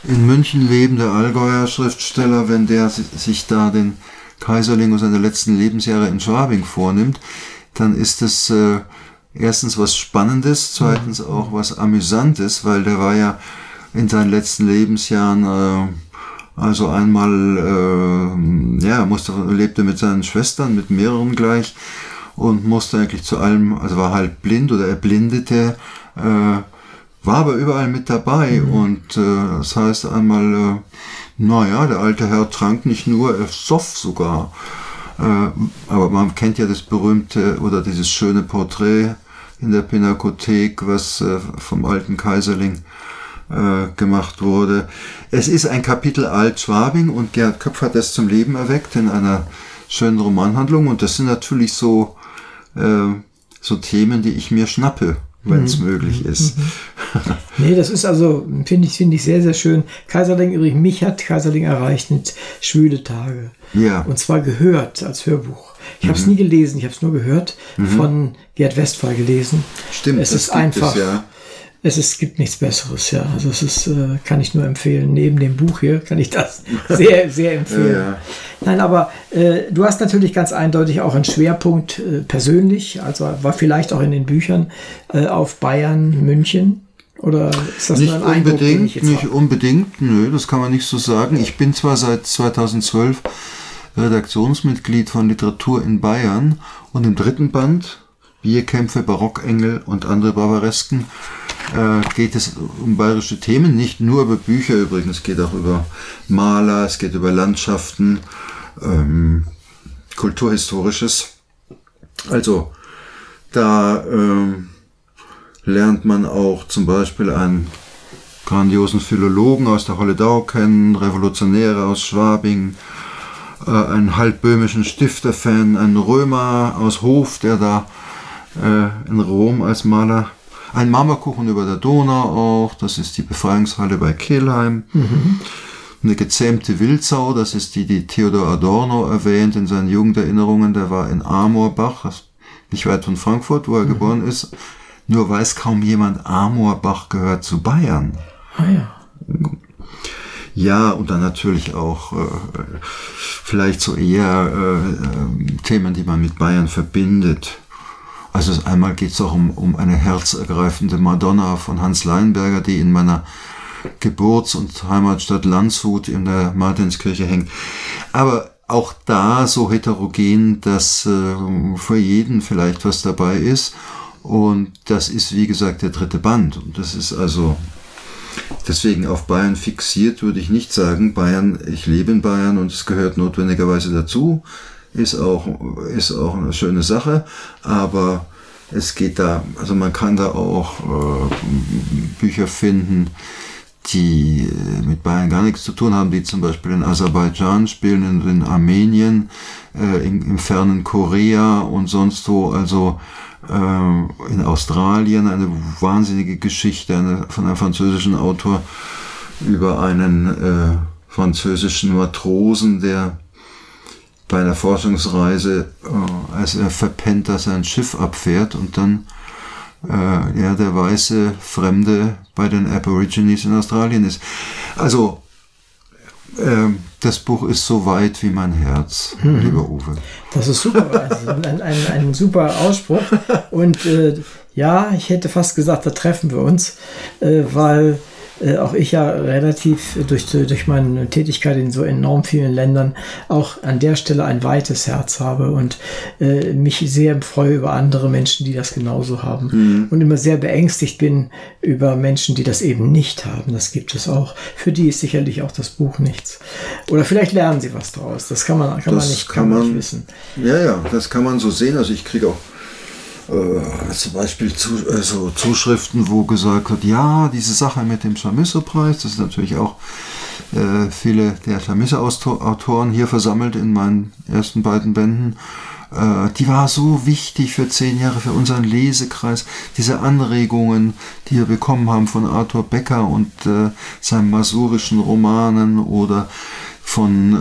in München lebende Allgäuer Schriftsteller, wenn der sich da den Kaiserling und seine letzten Lebensjahre in Schwabing vornimmt, dann ist es erstens was Spannendes, zweitens auch was Amüsantes, weil der war ja in seinen letzten Lebensjahren also einmal lebte mit seinen Schwestern, mit mehreren gleich, und musste eigentlich zu allem, also war halt blind oder er blindete, war aber überall mit dabei und das heißt einmal, der alte Herr trank nicht nur, er soff sogar. Aber man kennt ja das berühmte oder dieses schöne Porträt in der Pinakothek, was vom alten Kaiserling gemacht wurde. Es ist ein Kapitel Alt-Schwabing und Gerhard Köpf hat das zum Leben erweckt in einer schönen Romanhandlung und das sind natürlich so Themen, die ich mir schnappe, wenn es möglich ist. Nee, das ist also, finde ich sehr, sehr schön. Kaiserling übrigens, mich hat Kaiserling erreicht mit Schwüle Tage. Ja. Und zwar gehört als Hörbuch. Ich habe es nie gelesen, ich habe es nur gehört, von Gerd Westphal gelesen. Stimmt, es ist einfach. Es gibt nichts Besseres, ja. Also es ist, kann ich nur empfehlen. Neben dem Buch hier kann ich das sehr, sehr empfehlen. Ja. Nein, aber du hast natürlich ganz eindeutig auch einen Schwerpunkt persönlich, also war vielleicht auch in den Büchern auf Bayern, München. Oder ist das nicht nur ein Eindruck, den ich jetzt nicht unbedingt, nö, das kann man nicht so sagen. Ich bin zwar seit 2012 Redaktionsmitglied von Literatur in Bayern und im 3. Band, Bierkämpfe, Barockengel und andere Barbaresken, geht es um bayerische Themen, nicht nur über Bücher übrigens, es geht auch über Maler, es geht über Landschaften, Kulturhistorisches. Also da lernt man auch zum Beispiel einen grandiosen Philologen aus der Holledau kennen, Revolutionäre aus Schwabing, einen halbböhmischen Stifterfan, einen Römer aus Hof, der da in Rom als Maler, ein Marmorkuchen über der Donau auch, das ist die Befreiungshalle bei Kelheim, eine gezähmte Wildsau, das ist die Theodor Adorno erwähnt in seinen Jugenderinnerungen, der war in Amorbach, nicht weit von Frankfurt, wo er geboren ist. Nur weiß kaum jemand, Amorbach gehört zu Bayern. Ah ja. Ja, und dann natürlich auch vielleicht so eher Themen, die man mit Bayern verbindet. Also einmal geht es auch um eine herzergreifende Madonna von Hans Leinberger, die in meiner Geburts- und Heimatstadt Landshut in der Martinskirche hängt. Aber auch da so heterogen, dass für jeden vielleicht was dabei ist. Und das ist, wie gesagt, der 3. Band. Und das ist also deswegen auf Bayern fixiert, würde ich nicht sagen. Bayern, ich lebe in Bayern und es gehört notwendigerweise dazu. Ist auch eine schöne Sache. Aber es geht da, also man kann da auch Bücher finden, die mit Bayern gar nichts zu tun haben, die zum Beispiel in Aserbaidschan spielen, in Armenien, im fernen Korea und sonst wo, also in Australien eine wahnsinnige Geschichte von einem französischen Autor über einen französischen Matrosen, der bei einer Forschungsreise, als er verpennt, dass er ein Schiff abfährt und dann der weiße Fremde bei den Aborigines in Australien ist. Also das Buch ist so weit wie mein Herz, lieber Uwe. Das ist super, also ein super Ausspruch. Und ich hätte fast gesagt, da treffen wir uns, weil auch ich ja relativ durch meine Tätigkeit in so enorm vielen Ländern auch an der Stelle ein weites Herz habe und mich sehr freue über andere Menschen, die das genauso haben und immer sehr beängstigt bin über Menschen, die das eben nicht haben. Das gibt es auch. Für die ist sicherlich auch das Buch nichts. Oder vielleicht lernen sie was daraus. Das kann man nicht wissen. Ja, das kann man so sehen. Also ich kriege auch zum Beispiel Zuschriften, wo gesagt wird, ja, diese Sache mit dem Chamisso-Preis, das ist natürlich auch viele der Chamisso-Autoren hier versammelt in meinen ersten beiden Bänden, die war so wichtig für 10 Jahre für unseren Lesekreis, diese Anregungen, die wir bekommen haben von Arthur Becker und seinen masurischen Romanen oder von,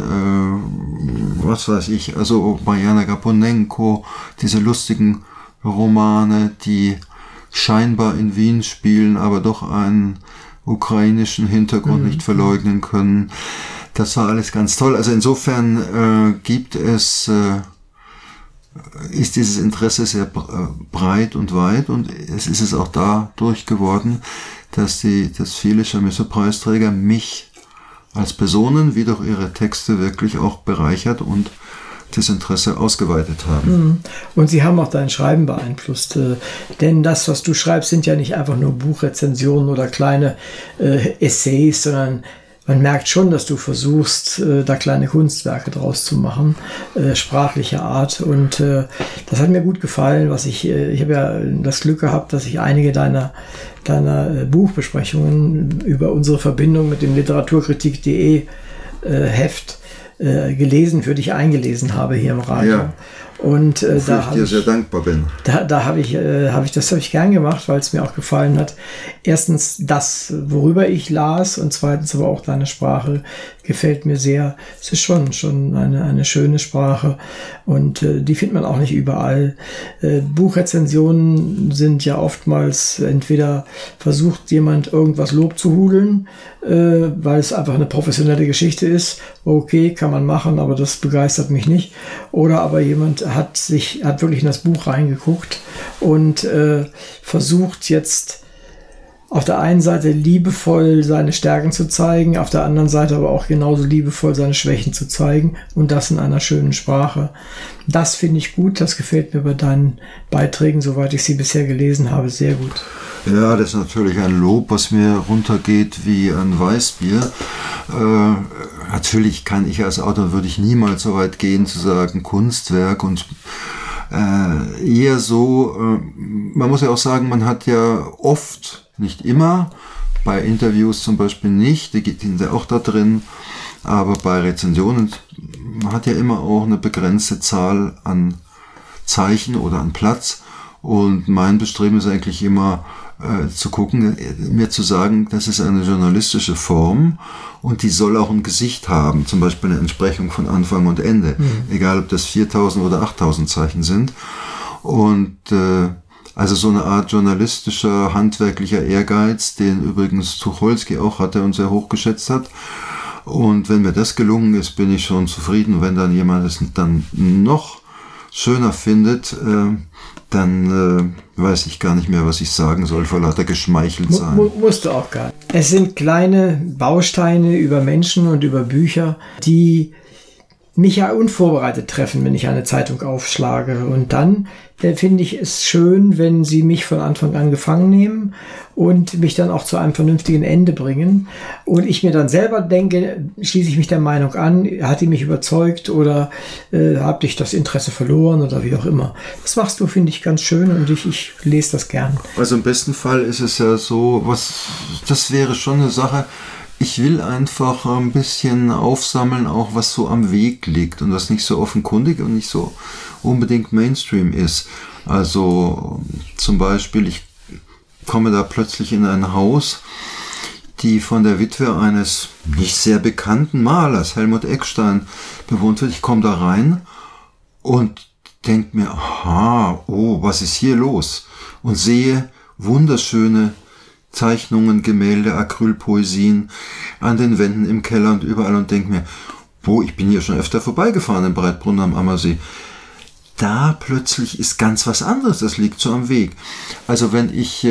also Mariana Gaponenko, diese lustigen Romane, die scheinbar in Wien spielen, aber doch einen ukrainischen Hintergrund nicht verleugnen können. Das war alles ganz toll. Also insofern ist dieses Interesse sehr breit und weit, und es ist es auch dadurch geworden, dass viele Chamisso-Preisträger mich als Personen wie durch ihre Texte wirklich auch bereichert und das Interesse ausgeweitet haben. Und sie haben auch dein Schreiben beeinflusst, denn das, was du schreibst, sind ja nicht einfach nur Buchrezensionen oder kleine Essays, sondern man merkt schon, dass du versuchst, da kleine Kunstwerke draus zu machen, sprachlicher Art. Und das hat mir gut gefallen, ich habe ja das Glück gehabt, dass ich einige deiner Buchbesprechungen über unsere Verbindung mit dem Literaturkritik.de Heft für dich eingelesen habe hier im Radio. Ja. Und wofür ich dir sehr dankbar bin. Das habe ich gern gemacht, weil es mir auch gefallen hat. Erstens das, worüber ich las, und zweitens aber auch deine Sprache gefällt mir sehr. Es ist schon eine schöne Sprache, und die findet man auch nicht überall. Buchrezensionen sind ja oftmals entweder versucht jemand irgendwas Lob zu hudeln, weil es einfach eine professionelle Geschichte ist. Okay, kann man machen, aber das begeistert mich nicht. Oder aber jemand hat wirklich in das Buch reingeguckt und versucht jetzt auf der einen Seite liebevoll seine Stärken zu zeigen, auf der anderen Seite aber auch genauso liebevoll seine Schwächen zu zeigen, und das in einer schönen Sprache. Das finde ich gut, das gefällt mir bei deinen Beiträgen, soweit ich sie bisher gelesen habe, sehr gut. Ja, das ist natürlich ein Lob, was mir runtergeht wie ein Weißbier. Natürlich kann ich als Autor, würde ich niemals so weit gehen zu sagen Kunstwerk, und eher so, man muss ja auch sagen, man hat ja oft, nicht immer, bei Interviews zum Beispiel nicht, die sind ja auch da drin, aber bei Rezensionen, man hat ja immer auch eine begrenzte Zahl an Zeichen oder an Platz, und mein Bestreben ist eigentlich immer zu gucken, mir zu sagen, das ist eine journalistische Form und die soll auch ein Gesicht haben, zum Beispiel eine Entsprechung von Anfang und Ende, egal ob das 4.000 oder 8.000 Zeichen sind, und also so eine Art journalistischer, handwerklicher Ehrgeiz, den übrigens Tucholsky auch hatte und sehr hoch geschätzt hat. Und wenn mir das gelungen ist, bin ich schon zufrieden. Wenn dann jemand es dann noch schöner findet, dann weiß ich gar nicht mehr, was ich sagen soll, vor lauter geschmeichelt sein. Musst du auch gar nicht. Es sind kleine Bausteine über Menschen und über Bücher, die mich ja unvorbereitet treffen, wenn ich eine Zeitung aufschlage. Und dann finde ich es schön, wenn sie mich von Anfang an gefangen nehmen und mich dann auch zu einem vernünftigen Ende bringen. Und ich mir dann selber denke, schließe ich mich der Meinung an, hat die mich überzeugt oder habe ich das Interesse verloren oder wie auch immer. Das machst du, finde ich, ganz schön, und ich lese das gern. Also im besten Fall ist es ja so, das wäre schon eine Sache. Ich will einfach ein bisschen aufsammeln, auch was so am Weg liegt und was nicht so offenkundig und nicht so unbedingt Mainstream ist. Also zum Beispiel, ich komme da plötzlich in ein Haus, die von der Witwe eines nicht sehr bekannten Malers, Helmut Eckstein, bewohnt wird. Ich komme da rein und denke mir, was ist hier los? Und sehe wunderschöne Zeichnungen, Gemälde, Acrylpoesien an den Wänden im Keller und überall, und denke mir, ich bin hier schon öfter vorbeigefahren in Breitbrunn am Ammersee. Da plötzlich ist ganz was anderes, das liegt so am Weg. Also wenn ich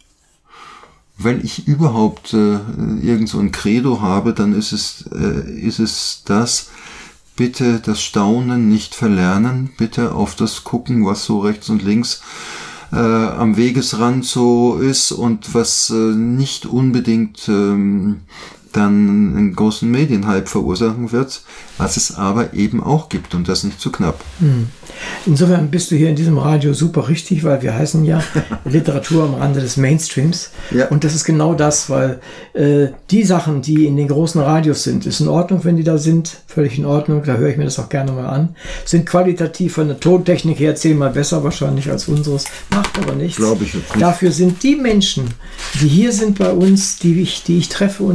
überhaupt irgend so ein Credo habe, dann ist es das, bitte das Staunen nicht verlernen, bitte auf das gucken, was so rechts und links am Wegesrand so ist und was nicht unbedingt dann einen großen Medienhype verursachen wird, was es aber eben auch gibt, und das nicht zu knapp. Insofern bist du hier in diesem Radio super richtig, weil wir heißen ja Literatur am Rande des Mainstreams. Ja. Und das ist genau das, weil die Sachen, die in den großen Radios sind, ist in Ordnung, wenn die da sind, völlig in Ordnung, da höre ich mir das auch gerne mal an, sind qualitativ von der Tontechnik her 10-mal besser wahrscheinlich als unseres, macht aber nichts. Glaube ich jetzt nicht. Dafür sind die Menschen, die hier sind bei uns, die ich treffe unterwegs,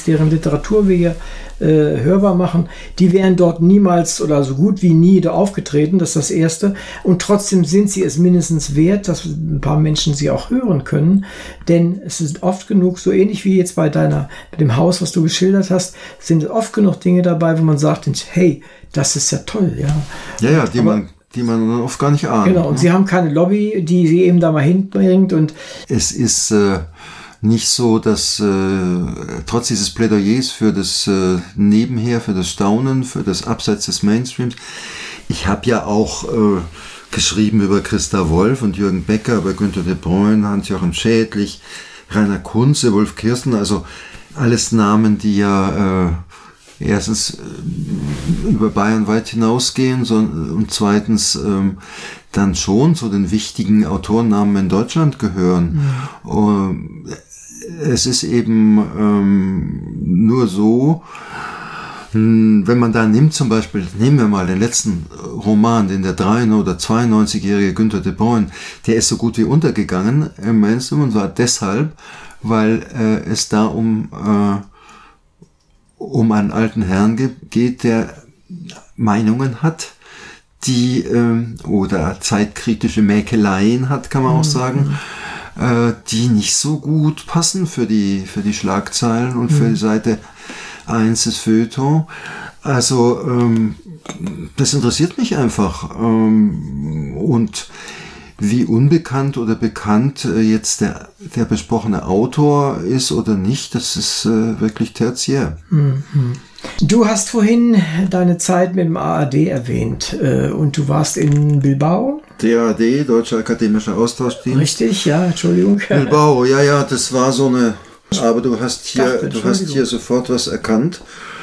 Partys, deren Literatur wir hier hörbar machen, die wären dort niemals oder so gut wie nie da aufgetreten, das ist das Erste. Und trotzdem sind sie es mindestens wert, dass ein paar Menschen sie auch hören können, denn es ist oft genug, so ähnlich wie jetzt bei dem Haus, was du geschildert hast, sind oft genug Dinge dabei, wo man sagt, hey, das ist ja toll, ja. Ja, die man oft gar nicht ahnt. Genau, und sie haben keine Lobby, die sie eben da mal hinbringt. Und es ist nicht so, dass trotz dieses Plädoyers für das Nebenher, für das Staunen, für das Abseits des Mainstreams, ich habe ja auch geschrieben über Christa Wolf und Jürgen Becker, über Günter de Bruyne, Hans-Joachim Schädlich, Rainer Kunze, Wolf Kirsten, also alles Namen, die ja erstens über Bayern weit hinausgehen und zweitens dann schon zu den wichtigen Autorennamen in Deutschland gehören. Mhm. Es ist eben nur so, wenn man da nimmt, zum Beispiel, nehmen wir mal den letzten Roman, den der 93- oder 92-jährige Günter de Bruyne, der ist so gut wie untergegangen im Mainstream, und zwar deshalb, weil es da um einen alten Herrn geht, der Meinungen hat, die oder zeitkritische Mäkeleien hat, kann man auch sagen, die nicht so gut passen für die Schlagzeilen und für die Seite 1 des Feuilleton. Also das interessiert mich einfach. Und wie unbekannt oder bekannt jetzt der besprochene Autor ist oder nicht, das ist wirklich tertiär. Mhm. Du hast vorhin deine Zeit mit dem ARD erwähnt und du warst in Bilbao. DAAD, Deutscher Akademischer Austauschdienst. Richtig, ja, Entschuldigung. Bilbao, ja, das war so eine... Aber du hast hier sofort was erkannt.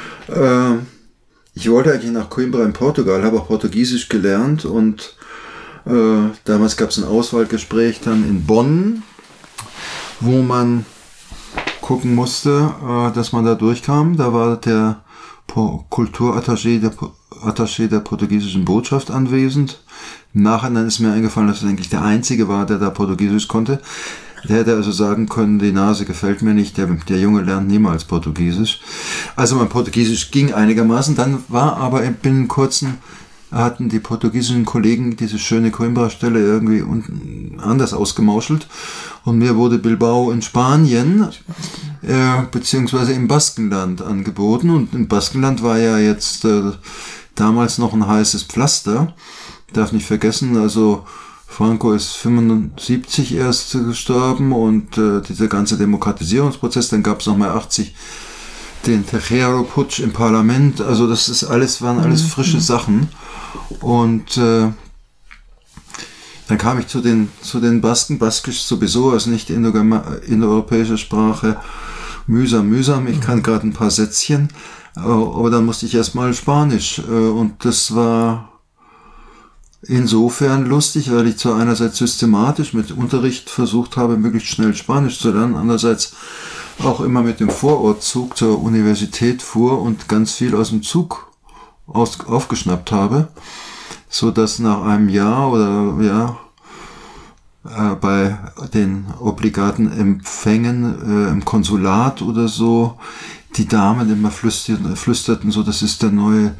Ich wollte eigentlich nach Coimbra in Portugal, habe auch Portugiesisch gelernt und damals gab es ein Auswahlgespräch dann in Bonn, wo man gucken musste, dass man da durchkam. Da war der Kulturattaché der portugiesischen Botschaft anwesend. Im Nachhinein ist mir eingefallen, dass er eigentlich der Einzige war, der da Portugiesisch konnte. Der hätte also sagen können, die Nase gefällt mir nicht, der Junge lernt niemals Portugiesisch. Also mein Portugiesisch ging einigermaßen, dann war aber binnen kurzem hatten die portugiesischen Kollegen diese schöne Coimbra-Stelle irgendwie anders ausgemauschelt und mir wurde Bilbao in Spanien beziehungsweise im Baskenland angeboten, und im Baskenland war ja jetzt damals noch ein heißes Pflaster. Ich darf nicht vergessen, also Franco ist 75 erst gestorben und dieser ganze Demokratisierungsprozess, dann gab es nochmal 80 den Tejero-Putsch im Parlament, also das ist waren alles frische Sachen. Und dann kam ich zu den Basken, Baskisch sowieso, also nicht indoeuropäische Sprache, mühsam, ich kann gerade ein paar Sätzchen, aber dann musste ich erstmal Spanisch und das war insofern lustig, weil ich zwar einerseits systematisch mit Unterricht versucht habe, möglichst schnell Spanisch zu lernen, andererseits auch immer mit dem Vorortzug zur Universität fuhr und ganz viel aus dem Zug aufgeschnappt habe, so dass nach einem Jahr oder bei den obligaten Empfängen im Konsulat oder so die Damen immer flüsterten so, das ist der neue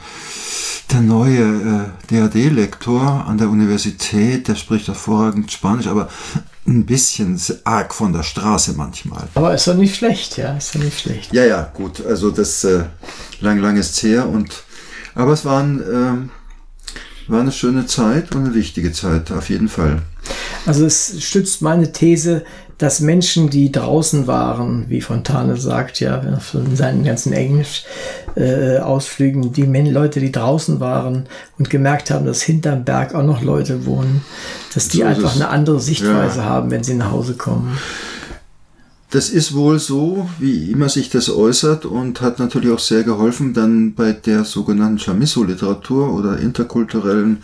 DAAD-Lektor an der Universität, der spricht hervorragend Spanisch, aber ein bisschen arg von der Straße manchmal. Aber ist doch nicht schlecht, ja, ist doch nicht schlecht. Ja, gut, also das lang ist her, aber es war eine schöne Zeit und eine wichtige Zeit, auf jeden Fall. Also es stützt meine These, dass Menschen, die draußen waren, wie Fontane sagt, ja, von seinen ganzen Englisch-Ausflügen, die Leute, die draußen waren und gemerkt haben, dass hinterm Berg auch noch Leute wohnen, dass die so einfach eine andere Sichtweise haben, wenn sie nach Hause kommen. Das ist wohl so, wie immer sich das äußert, und hat natürlich auch sehr geholfen dann bei der sogenannten Chamisso-Literatur oder interkultureller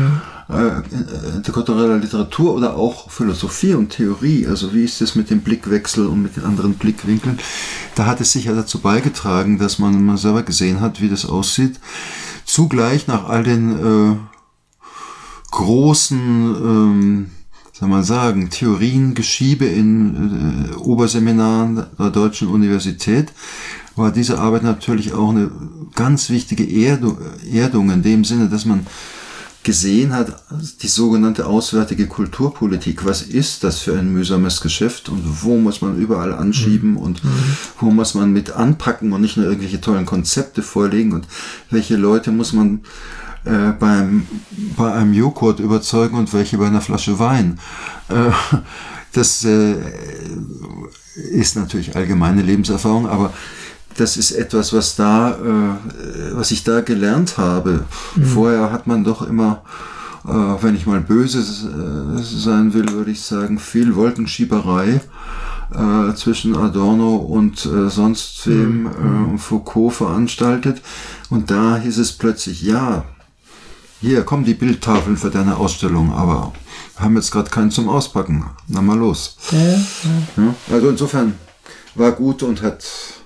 Literatur oder auch Philosophie und Theorie. Also wie ist es mit dem Blickwechsel und mit den anderen Blickwinkeln? Da hat es sicher dazu beigetragen, dass man selber gesehen hat, wie das aussieht. Zugleich nach all den großen Theorien, Geschiebe in Oberseminaren der Deutschen Universität, war diese Arbeit natürlich auch eine ganz wichtige Erdung in dem Sinne, dass man gesehen hat, die sogenannte auswärtige Kulturpolitik. Was ist das für ein mühsames Geschäft und wo muss man überall anschieben und wo muss man mit anpacken und nicht nur irgendwelche tollen Konzepte vorlegen und welche Leute muss man bei einem Joghurt überzeugen und welche bei einer Flasche Wein. Das ist natürlich allgemeine Lebenserfahrung, aber das ist etwas, was ich da gelernt habe. Vorher hat man doch immer, wenn ich mal böse sein will, würde ich sagen, viel Wolkenschieberei zwischen Adorno und sonst wem Foucault veranstaltet. Und da hieß es plötzlich, ja, hier kommen die Bildtafeln für deine Ausstellung, aber haben jetzt gerade keinen zum Auspacken. Na mal los. Ja, also insofern war gut und hat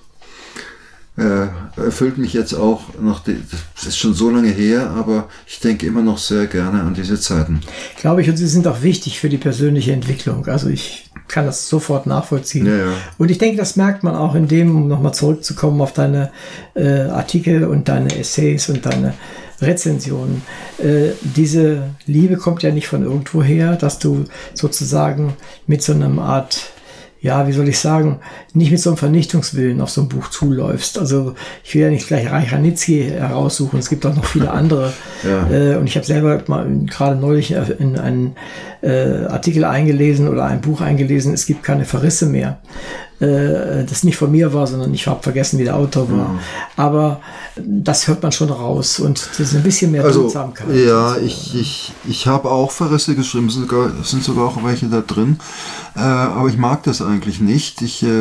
erfüllt mich jetzt auch noch, das ist schon so lange her, aber ich denke immer noch sehr gerne an diese Zeiten. Glaube ich, und sie sind auch wichtig für die persönliche Entwicklung. Also ich kann das sofort nachvollziehen. Ja. Und ich denke, das merkt man auch in dem, um nochmal zurückzukommen auf deine Artikel und deine Essays und deine Rezensionen. Diese Liebe kommt ja nicht von irgendwoher, dass du sozusagen mit so einer Art, ja, wie soll ich sagen, nicht mit so einem Vernichtungswillen auf so ein Buch zuläufst. Also ich will ja nicht gleich Reich Ranitzky heraussuchen, es gibt auch noch viele andere. Ja. Und ich habe selber mal gerade neulich in einen Artikel eingelesen oder ein Buch eingelesen, es gibt keine Verrisse mehr. Das nicht von mir war, sondern ich habe vergessen, wie der Autor war. Aber das hört man schon raus und das ist ein bisschen mehr Duldsamkeit. Ja, ich habe auch Verrisse geschrieben, sind sogar auch welche da drin, aber ich mag das eigentlich nicht.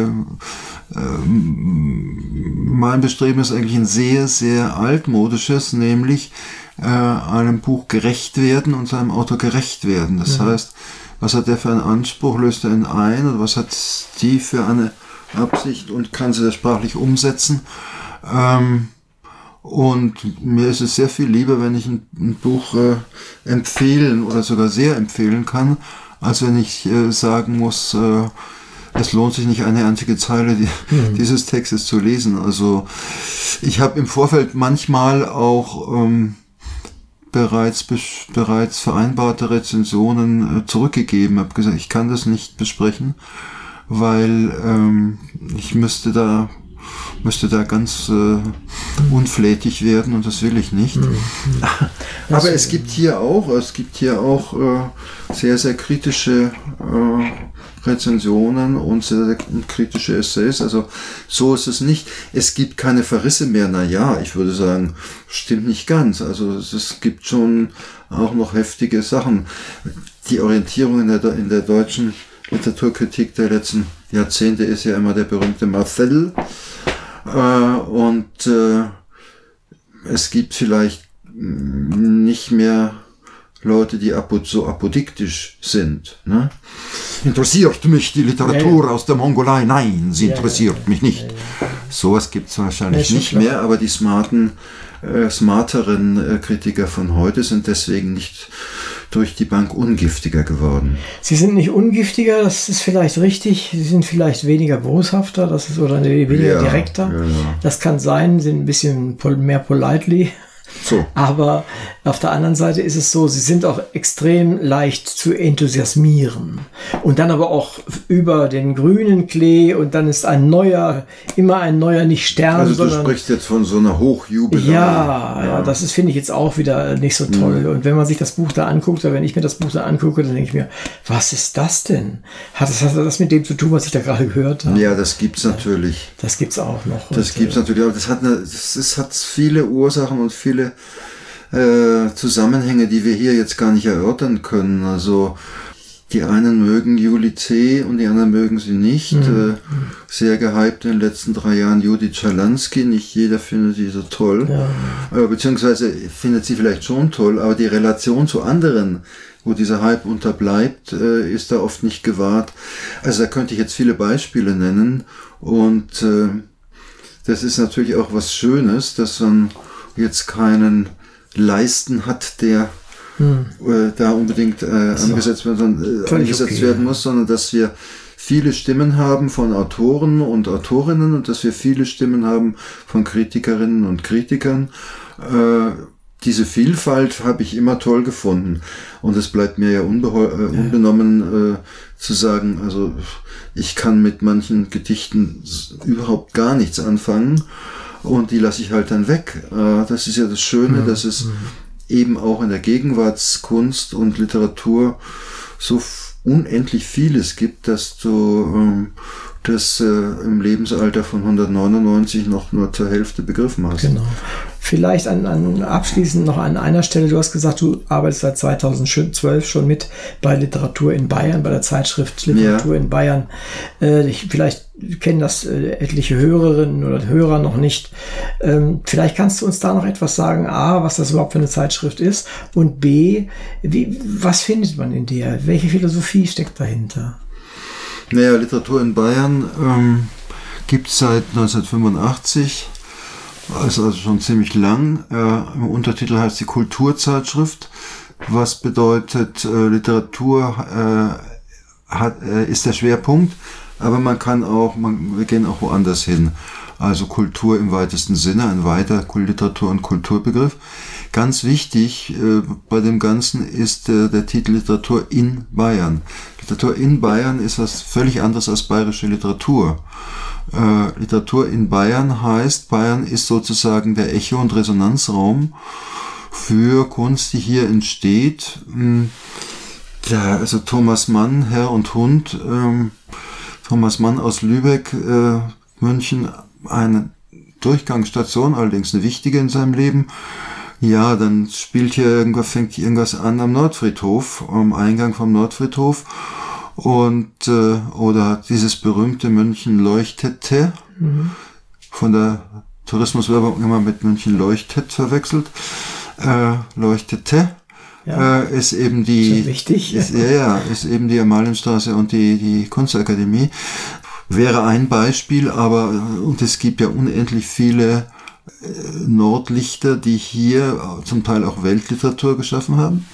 Mein Bestreben ist eigentlich ein sehr, sehr altmodisches, nämlich einem Buch gerecht werden und seinem Autor gerecht werden. Das heißt, was hat der für einen Anspruch, löst er ihn ein und was hat die für eine Absicht und kann sie das sprachlich umsetzen? Und mir ist es sehr viel lieber, wenn ich ein Buch empfehlen oder sogar sehr empfehlen kann, als wenn ich sagen muss, es lohnt sich nicht eine einzige Zeile dieses Textes zu lesen. Also ich habe im Vorfeld manchmal auch bereits vereinbarte Rezensionen zurückgegeben. Habe gesagt, ich kann das nicht besprechen, weil ich müsste da ganz unflätig werden und das will ich nicht. Aber es gibt hier auch sehr, sehr kritische Rezensionen und sehr, sehr kritische Essays. Also so ist es nicht. Es gibt keine Verrisse mehr. Naja, ich würde sagen, stimmt nicht ganz. Also es gibt schon auch noch heftige Sachen. Die Orientierung in der deutschen Literaturkritik der letzten Jahrzehnte ist ja immer der berühmte Marcel. Und es gibt vielleicht nicht mehr Leute, die so apodiktisch sind. Ne? Interessiert mich die Literatur aus der Mongolei? Nein, sie interessiert mich nicht. Sowas gibt es wahrscheinlich nicht mehr, aber die smarteren Kritiker von heute sind deswegen nicht durch die Bank ungiftiger geworden. Sie sind nicht ungiftiger, das ist vielleicht richtig. Sie sind vielleicht weniger boshafter, oder weniger direkter. Ja. Das kann sein, sind ein bisschen mehr politely. So. Aber auf der anderen Seite ist es so, sie sind auch extrem leicht zu enthusiasmieren. Und dann aber auch über den grünen Klee und dann ist immer ein neuer, nicht Stern. Also du sprichst jetzt von so einer Hochjubelei. Ja, das finde ich jetzt auch wieder nicht so toll. Und wenn man sich das Buch da anguckt, oder wenn ich mir das Buch da angucke, dann denke ich mir, was ist das denn? Hat das mit dem zu tun, was ich da gerade gehört habe? Ja, das gibt's natürlich. Das gibt's auch noch. Das gibt's natürlich, aber das hat viele Ursachen und viele Zusammenhänge, die wir hier jetzt gar nicht erörtern können. Also die einen mögen Julie C. und die anderen mögen sie nicht. Sehr gehypt in den letzten 3 Jahren Judith Schalansky. Nicht jeder findet sie so toll. Ja. Beziehungsweise findet sie vielleicht schon toll, aber die Relation zu anderen, wo dieser Hype unterbleibt, ist da oft nicht gewahrt. Also da könnte ich jetzt viele Beispiele nennen. Und das ist natürlich auch was Schönes, dass man jetzt keinen Leisten hat, der da unbedingt angesetzt werden muss, sondern dass wir viele Stimmen haben von Autoren und Autorinnen und dass wir viele Stimmen haben von Kritikerinnen und Kritikern. Diese Vielfalt habe ich immer toll gefunden. Und es bleibt mir ja unbenommen zu sagen, also ich kann mit manchen Gedichten überhaupt gar nichts anfangen und die lasse ich halt dann weg. Das ist ja das Schöne, dass es eben auch in der Gegenwartskunst und Literatur so unendlich vieles gibt, dass du das im Lebensalter von 199 noch nur zur Hälfte begriffen hast. Genau. Vielleicht abschließend noch an einer Stelle, du hast gesagt, du arbeitest seit 2012 schon mit bei Literatur in Bayern, bei der Zeitschrift Literatur in Bayern. Vielleicht kennen das etliche Hörerinnen oder Hörer noch nicht. Vielleicht kannst du uns da noch etwas sagen, A, was das überhaupt für eine Zeitschrift ist und B, was findet man in der? Welche Philosophie steckt dahinter? Naja, Literatur in Bayern gibt es seit 1985, also schon ziemlich lang. Im Untertitel heißt die Kulturzeitschrift, was bedeutet, Literatur ist der Schwerpunkt, aber wir gehen auch woanders hin. Also Kultur im weitesten Sinne, ein weiter Literatur- und Kulturbegriff. Ganz wichtig bei dem Ganzen ist der Titel Literatur in Bayern. Literatur in Bayern ist was völlig anderes als bayerische Literatur. Literatur in Bayern heißt, Bayern ist sozusagen der Echo- und Resonanzraum für Kunst, die hier entsteht. Also Thomas Mann, Herr und Hund, Thomas Mann aus Lübeck, München, eine Durchgangsstation, allerdings eine wichtige in seinem Leben. Ja, dann fängt hier irgendwas an am Nordfriedhof, am Eingang vom Nordfriedhof. Und oder dieses berühmte München leuchtete, von der Tourismuswerbung immer mit München leuchtet verwechselt. Leuchtete ist eben die ist eben die Amalienstraße und die Kunstakademie. Wäre ein Beispiel, und es gibt ja unendlich viele Nordlichter, die hier zum Teil auch Weltliteratur geschaffen haben.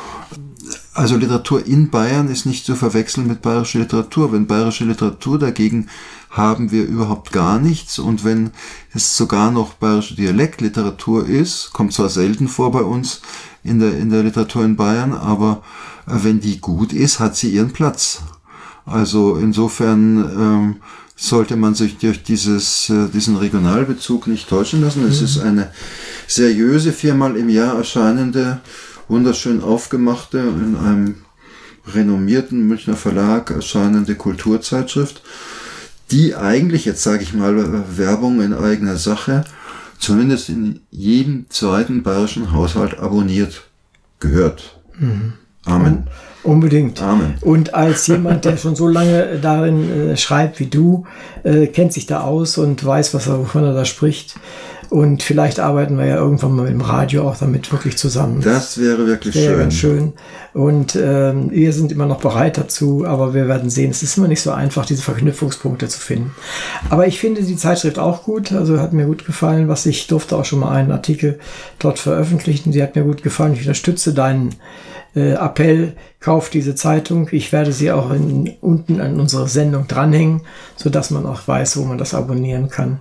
Also Literatur in Bayern ist nicht zu verwechseln mit bayerischer Literatur. Wenn bayerische Literatur dagegen haben wir überhaupt gar nichts. Und wenn es sogar noch bayerische Dialektliteratur ist, kommt zwar selten vor bei uns in der Literatur in Bayern, aber wenn die gut ist, hat sie ihren Platz. Also insofern sollte man sich durch diesen Regionalbezug nicht täuschen lassen. Es ist eine seriöse, 4-mal im Jahr erscheinende, wunderschön aufgemachte, in einem renommierten Münchner Verlag erscheinende Kulturzeitschrift, die eigentlich, jetzt sage ich mal, Werbung in eigener Sache, zumindest in jedem zweiten bayerischen Haushalt abonniert gehört. Amen. Unbedingt. Amen. Und als jemand, der schon so lange darin schreibt wie du, kennt sich da aus und weiß, wovon er da spricht. Und vielleicht arbeiten wir ja irgendwann mal im Radio auch damit wirklich zusammen. Das wäre wirklich schön. Ganz schön. Und wir sind immer noch bereit dazu, aber wir werden sehen, es ist immer nicht so einfach, diese Verknüpfungspunkte zu finden. Aber ich finde die Zeitschrift auch gut, also hat mir gut gefallen, ich durfte auch schon mal einen Artikel dort veröffentlichen, die hat mir gut gefallen. Ich unterstütze deinen Appell, kauf diese Zeitung. Ich werde sie auch unten an unsere Sendung dranhängen, sodass man auch weiß, wo man das abonnieren kann.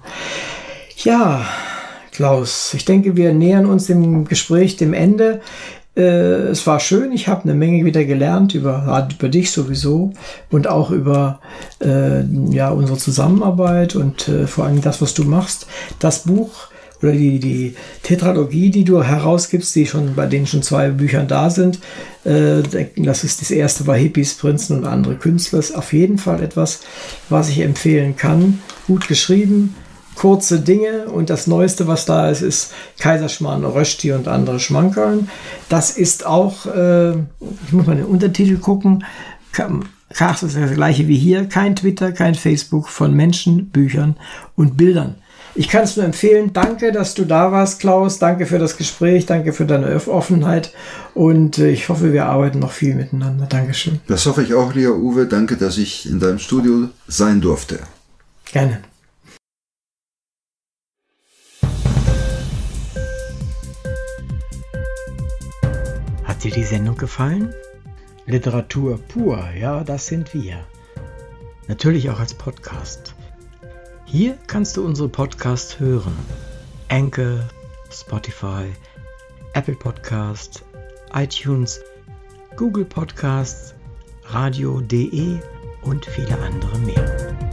Ja, Klaus, ich denke, wir nähern uns dem Gespräch dem Ende. Es war schön, ich habe eine Menge wieder gelernt über dich sowieso und auch über unsere Zusammenarbeit und vor allem das, was du machst. Das Buch oder die Tetralogie, die du herausgibst, bei denen schon 2 Bücher da sind, das erste war Hippies, Prinzen und andere Künstler, ist auf jeden Fall etwas, was ich empfehlen kann. Gut geschrieben, kurze Dinge und das Neueste, was da ist Kaiserschmarrn, Rösti und andere Schmankerln. Das ist auch, ich muss mal den Untertitel gucken, das ist das gleiche wie hier, kein Twitter, kein Facebook, von Menschen, Büchern und Bildern. Ich kann es nur empfehlen. Danke, dass du da warst, Klaus. Danke für das Gespräch. Danke für deine Offenheit. Und ich hoffe, wir arbeiten noch viel miteinander. Dankeschön. Das hoffe ich auch, lieber Uwe. Danke, dass ich in deinem Studio sein durfte. Gerne. Hat dir die Sendung gefallen? Literatur pur, ja, das sind wir. natürlich auch als Podcast. Hier kannst du unsere Podcasts hören. Anchor, Spotify, Apple Podcast, iTunes, Google Podcasts, radio.de und viele andere mehr.